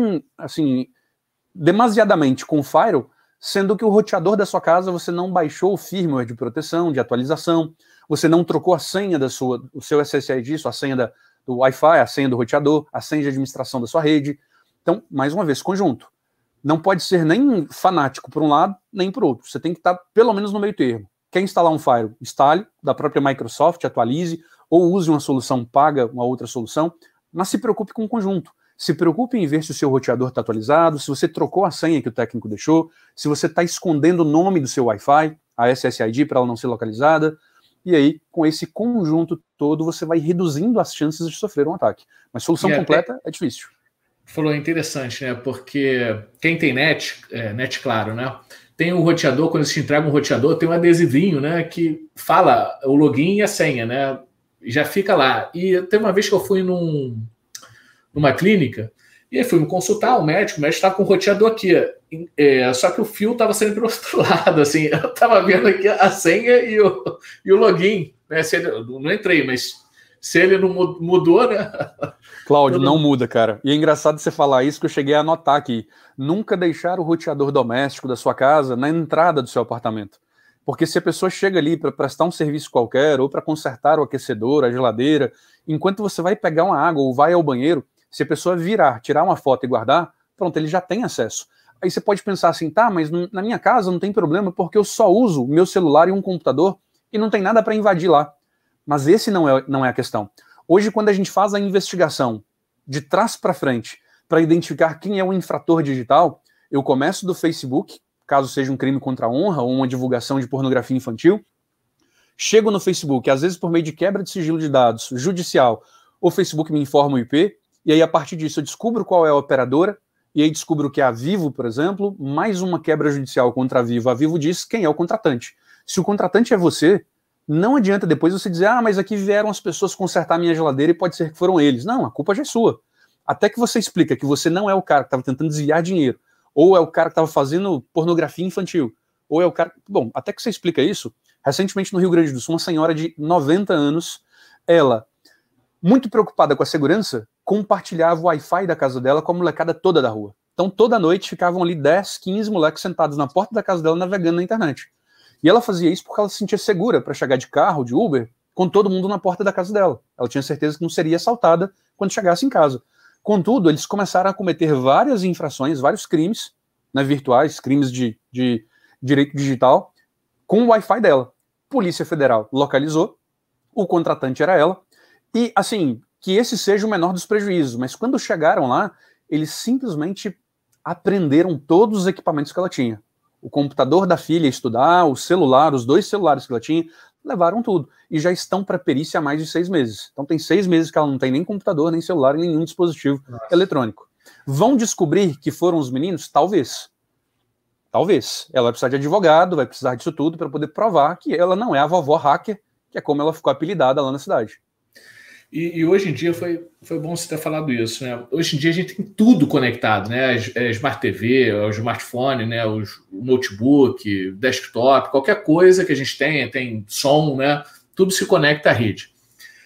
demasiadamente com o Firewall, sendo que o roteador da sua casa você não baixou o firmware de proteção, de atualização, você não trocou a senha o seu SSID, a senha do Wi-Fi, a senha do roteador, a senha de administração da sua rede. Então, mais uma vez, conjunto. Não pode ser nem fanático por um lado, nem por outro. Você tem que estar pelo menos no meio termo. Quer instalar um Firewall? Instale, da própria Microsoft, atualize, ou use uma solução paga, uma outra solução, mas se preocupe com o conjunto. Se preocupe em ver se o seu roteador está atualizado, se você trocou a senha que o técnico deixou, se você está escondendo o nome do seu Wi-Fi, a SSID, para ela não ser localizada. E aí, com esse conjunto todo, você vai reduzindo as chances de sofrer um ataque. Mas solução completa é difícil. Falou interessante, né? Porque quem tem net claro, né? Tem um roteador, quando eles te entregam um roteador, tem um adesivinho, né? Que fala o login e a senha, né? Já fica lá. E tem uma vez que eu fui numa clínica, e aí fui me consultar, o médico estava com o roteador aqui. Só que o fio estava saindo para o outro lado, assim. Eu estava vendo aqui a senha e o login. Né? Não entrei, mas se ele não mudou, né? Cláudio, não muda, cara. E é engraçado você falar isso, que eu cheguei a anotar aqui. Nunca deixar o roteador doméstico da sua casa na entrada do seu apartamento. Porque se a pessoa chega ali para prestar um serviço qualquer, ou para consertar o aquecedor, a geladeira, enquanto você vai pegar uma água ou vai ao banheiro, se a pessoa virar, tirar uma foto e guardar, pronto, ele já tem acesso. Aí você pode pensar assim, tá, mas na minha casa não tem problema, porque eu só uso meu celular e um computador e não tem nada para invadir lá. Mas esse não é a questão. Hoje, quando a gente faz a investigação de trás para frente para identificar quem é o infrator digital, eu começo do Facebook, caso seja um crime contra a honra ou uma divulgação de pornografia infantil, chego no Facebook, às vezes por meio de quebra de sigilo de dados judicial, o Facebook me informa o IP, e aí a partir disso eu descubro qual é a operadora, e aí descubro que é a Vivo, por exemplo, mais uma quebra judicial contra a Vivo. A Vivo diz quem é o contratante. Se o contratante é você, não adianta depois você dizer, mas aqui vieram as pessoas consertar minha geladeira e pode ser que foram eles. Não, a culpa já é sua. Até que você explica que você não é o cara que estava tentando desviar dinheiro, ou é o cara que estava fazendo pornografia infantil, ou é o cara... Bom, até que você explica isso, recentemente no Rio Grande do Sul, uma senhora de 90 anos, ela, muito preocupada com a segurança, compartilhava o Wi-Fi da casa dela com a molecada toda da rua. Então, toda noite ficavam ali 10, 15 moleques sentados na porta da casa dela navegando na internet. E ela fazia isso porque ela se sentia segura para chegar de carro, de Uber, com todo mundo na porta da casa dela. Ela tinha certeza que não seria assaltada quando chegasse em casa. Contudo, eles começaram a cometer várias infrações, vários crimes, né, virtuais, crimes de direito digital, com o Wi-Fi dela. Polícia Federal localizou, o contratante era ela, e, assim, que esse seja o menor dos prejuízos, mas quando chegaram lá, eles simplesmente apreenderam todos os equipamentos que ela tinha. O computador da filha estudar, o celular, os 2 celulares que ela tinha, levaram tudo. E já estão para perícia há mais de 6 meses. Então tem 6 meses que ela não tem nem computador, nem celular, nem nenhum dispositivo eletrônico. Vão descobrir que foram os meninos? Talvez. Talvez. Ela vai precisar de advogado, vai precisar disso tudo para poder provar que ela não é a vovó hacker, que é como ela ficou apelidada lá na cidade. E hoje em dia foi bom você ter falado isso, né? Hoje em dia a gente tem tudo conectado, né? Smart TV, o smartphone, né? O notebook, desktop, qualquer coisa que a gente tem som, né? Tudo se conecta à rede.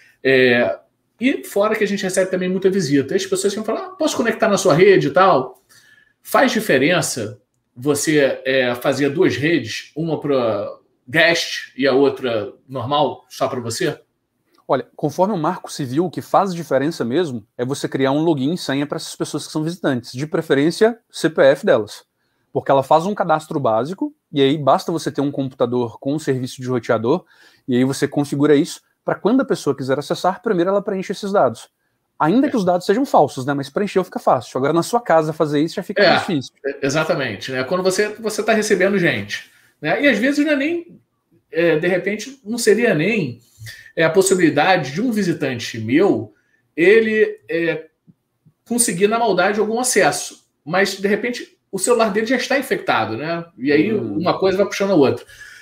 E fora que a gente recebe também muita visita. As pessoas vão falar, posso conectar na sua rede e tal? Faz diferença você fazer 2 redes, uma para guest e a outra normal, só para você? Olha, conforme o Marco Civil, o que faz diferença mesmo é você criar um login e senha para essas pessoas que são visitantes, de preferência CPF delas, porque ela faz um cadastro básico e aí basta você ter um computador com um serviço de roteador e aí você configura isso para quando a pessoa quiser acessar, primeiro ela preenche esses dados. Ainda que os dados sejam falsos, né? Mas preencher fica fácil. Agora na sua casa fazer isso já fica mais difícil. Exatamente, né? Quando você está recebendo gente, né? E às vezes não é nem, de repente, não seria nem a possibilidade de um visitante meu ele conseguir na maldade algum acesso, mas de repente o celular dele já está infectado, né? E aí uma coisa vai puxando a outra.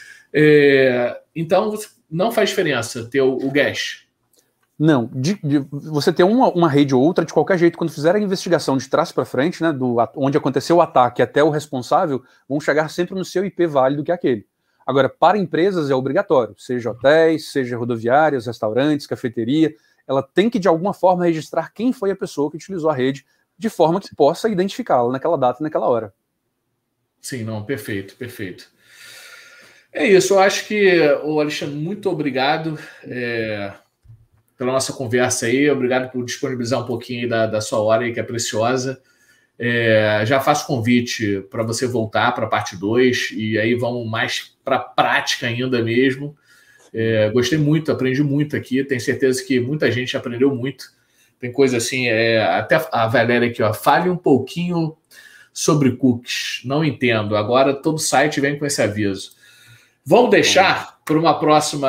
Então não faz diferença ter o guest. Não, você ter uma rede ou outra, de qualquer jeito, quando fizer a investigação de trás para frente, né, onde aconteceu o ataque até o responsável, vão chegar sempre no seu IP válido que é aquele. Agora, para empresas é obrigatório, seja hotéis, seja rodoviárias, restaurantes, cafeteria, ela tem que de alguma forma registrar quem foi a pessoa que utilizou a rede, de forma que possa identificá-la naquela data e naquela hora. Sim, não, perfeito, perfeito. É isso, eu acho que, Alexandre, muito obrigado pela nossa conversa aí, obrigado por disponibilizar um pouquinho aí da sua hora aí, que é preciosa. Já faço convite para você voltar para a parte 2 e aí vamos mais para a prática ainda mesmo. Gostei muito, aprendi muito aqui, tenho certeza que muita gente aprendeu muito. Tem coisa assim, até a Valéria aqui, ó, fale um pouquinho sobre cookies, não entendo, agora todo site vem com esse aviso. Vamos deixar para uma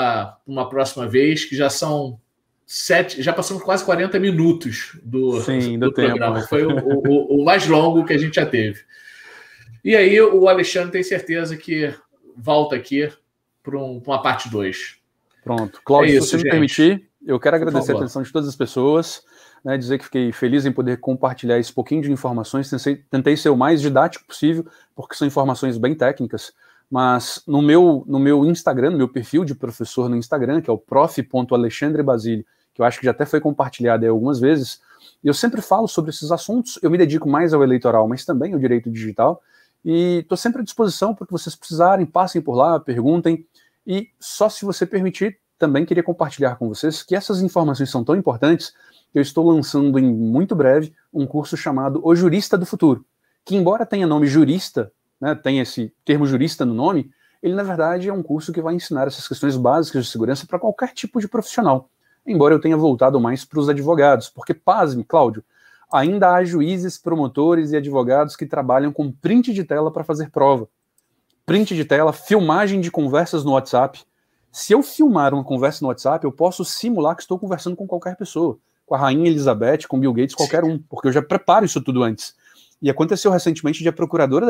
próxima vez, que já são 7, já passamos quase 40 minutos do programa. Foi o mais longo que a gente já teve. E aí o Alexandre tem certeza que volta aqui para uma parte 2. Pronto. Cláudio, se você me permitir, eu quero agradecer a atenção de todas as pessoas, né, dizer que fiquei feliz em poder compartilhar esse pouquinho de informações, tentei ser o mais didático possível, porque são informações bem técnicas, mas no meu Instagram, no meu perfil de professor no Instagram, que é o prof.alexandrebasile, que eu acho que já até foi compartilhado aí algumas vezes, e eu sempre falo sobre esses assuntos, eu me dedico mais ao eleitoral, mas também ao direito digital, e estou sempre à disposição para que vocês precisarem, passem por lá, perguntem, e só se você permitir, também queria compartilhar com vocês que essas informações são tão importantes que eu estou lançando em muito breve um curso chamado O Jurista do Futuro, que embora tenha nome jurista, né, tem esse termo jurista no nome, ele na verdade é um curso que vai ensinar essas questões básicas de segurança para qualquer tipo de profissional, embora eu tenha voltado mais para os advogados, porque, pasme, Cláudio, ainda há juízes, promotores e advogados que trabalham com print de tela para fazer prova. Print de tela, filmagem de conversas no WhatsApp. Se eu filmar uma conversa no WhatsApp, eu posso simular que estou conversando com qualquer pessoa, com a Rainha Elizabeth, com Bill Gates, qualquer um, porque eu já preparo isso tudo antes. E aconteceu recentemente de a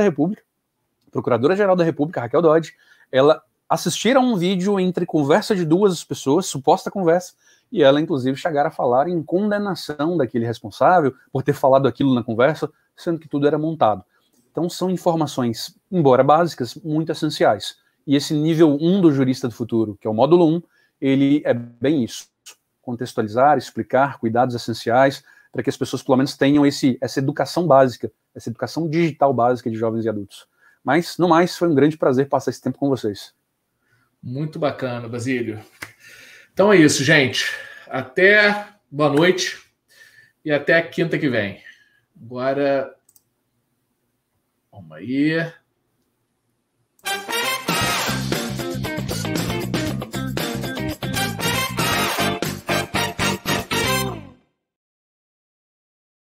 Procuradora-Geral da República, Raquel Dodge, ela assistir a um vídeo entre conversa de 2 pessoas, suposta conversa, e ela, inclusive, chegar a falar em condenação daquele responsável por ter falado aquilo na conversa, sendo que tudo era montado. Então, são informações, embora básicas, muito essenciais. E esse nível 1 do Jurista do Futuro, que é o módulo 1, ele é bem isso. Contextualizar, explicar, cuidados essenciais, para que as pessoas, pelo menos, tenham essa educação básica, essa educação digital básica de jovens e adultos. Mas, no mais, foi um grande prazer passar esse tempo com vocês. Muito bacana, Basílio. Então é isso, gente. Até boa noite e até a quinta que vem. Agora, vamos aí.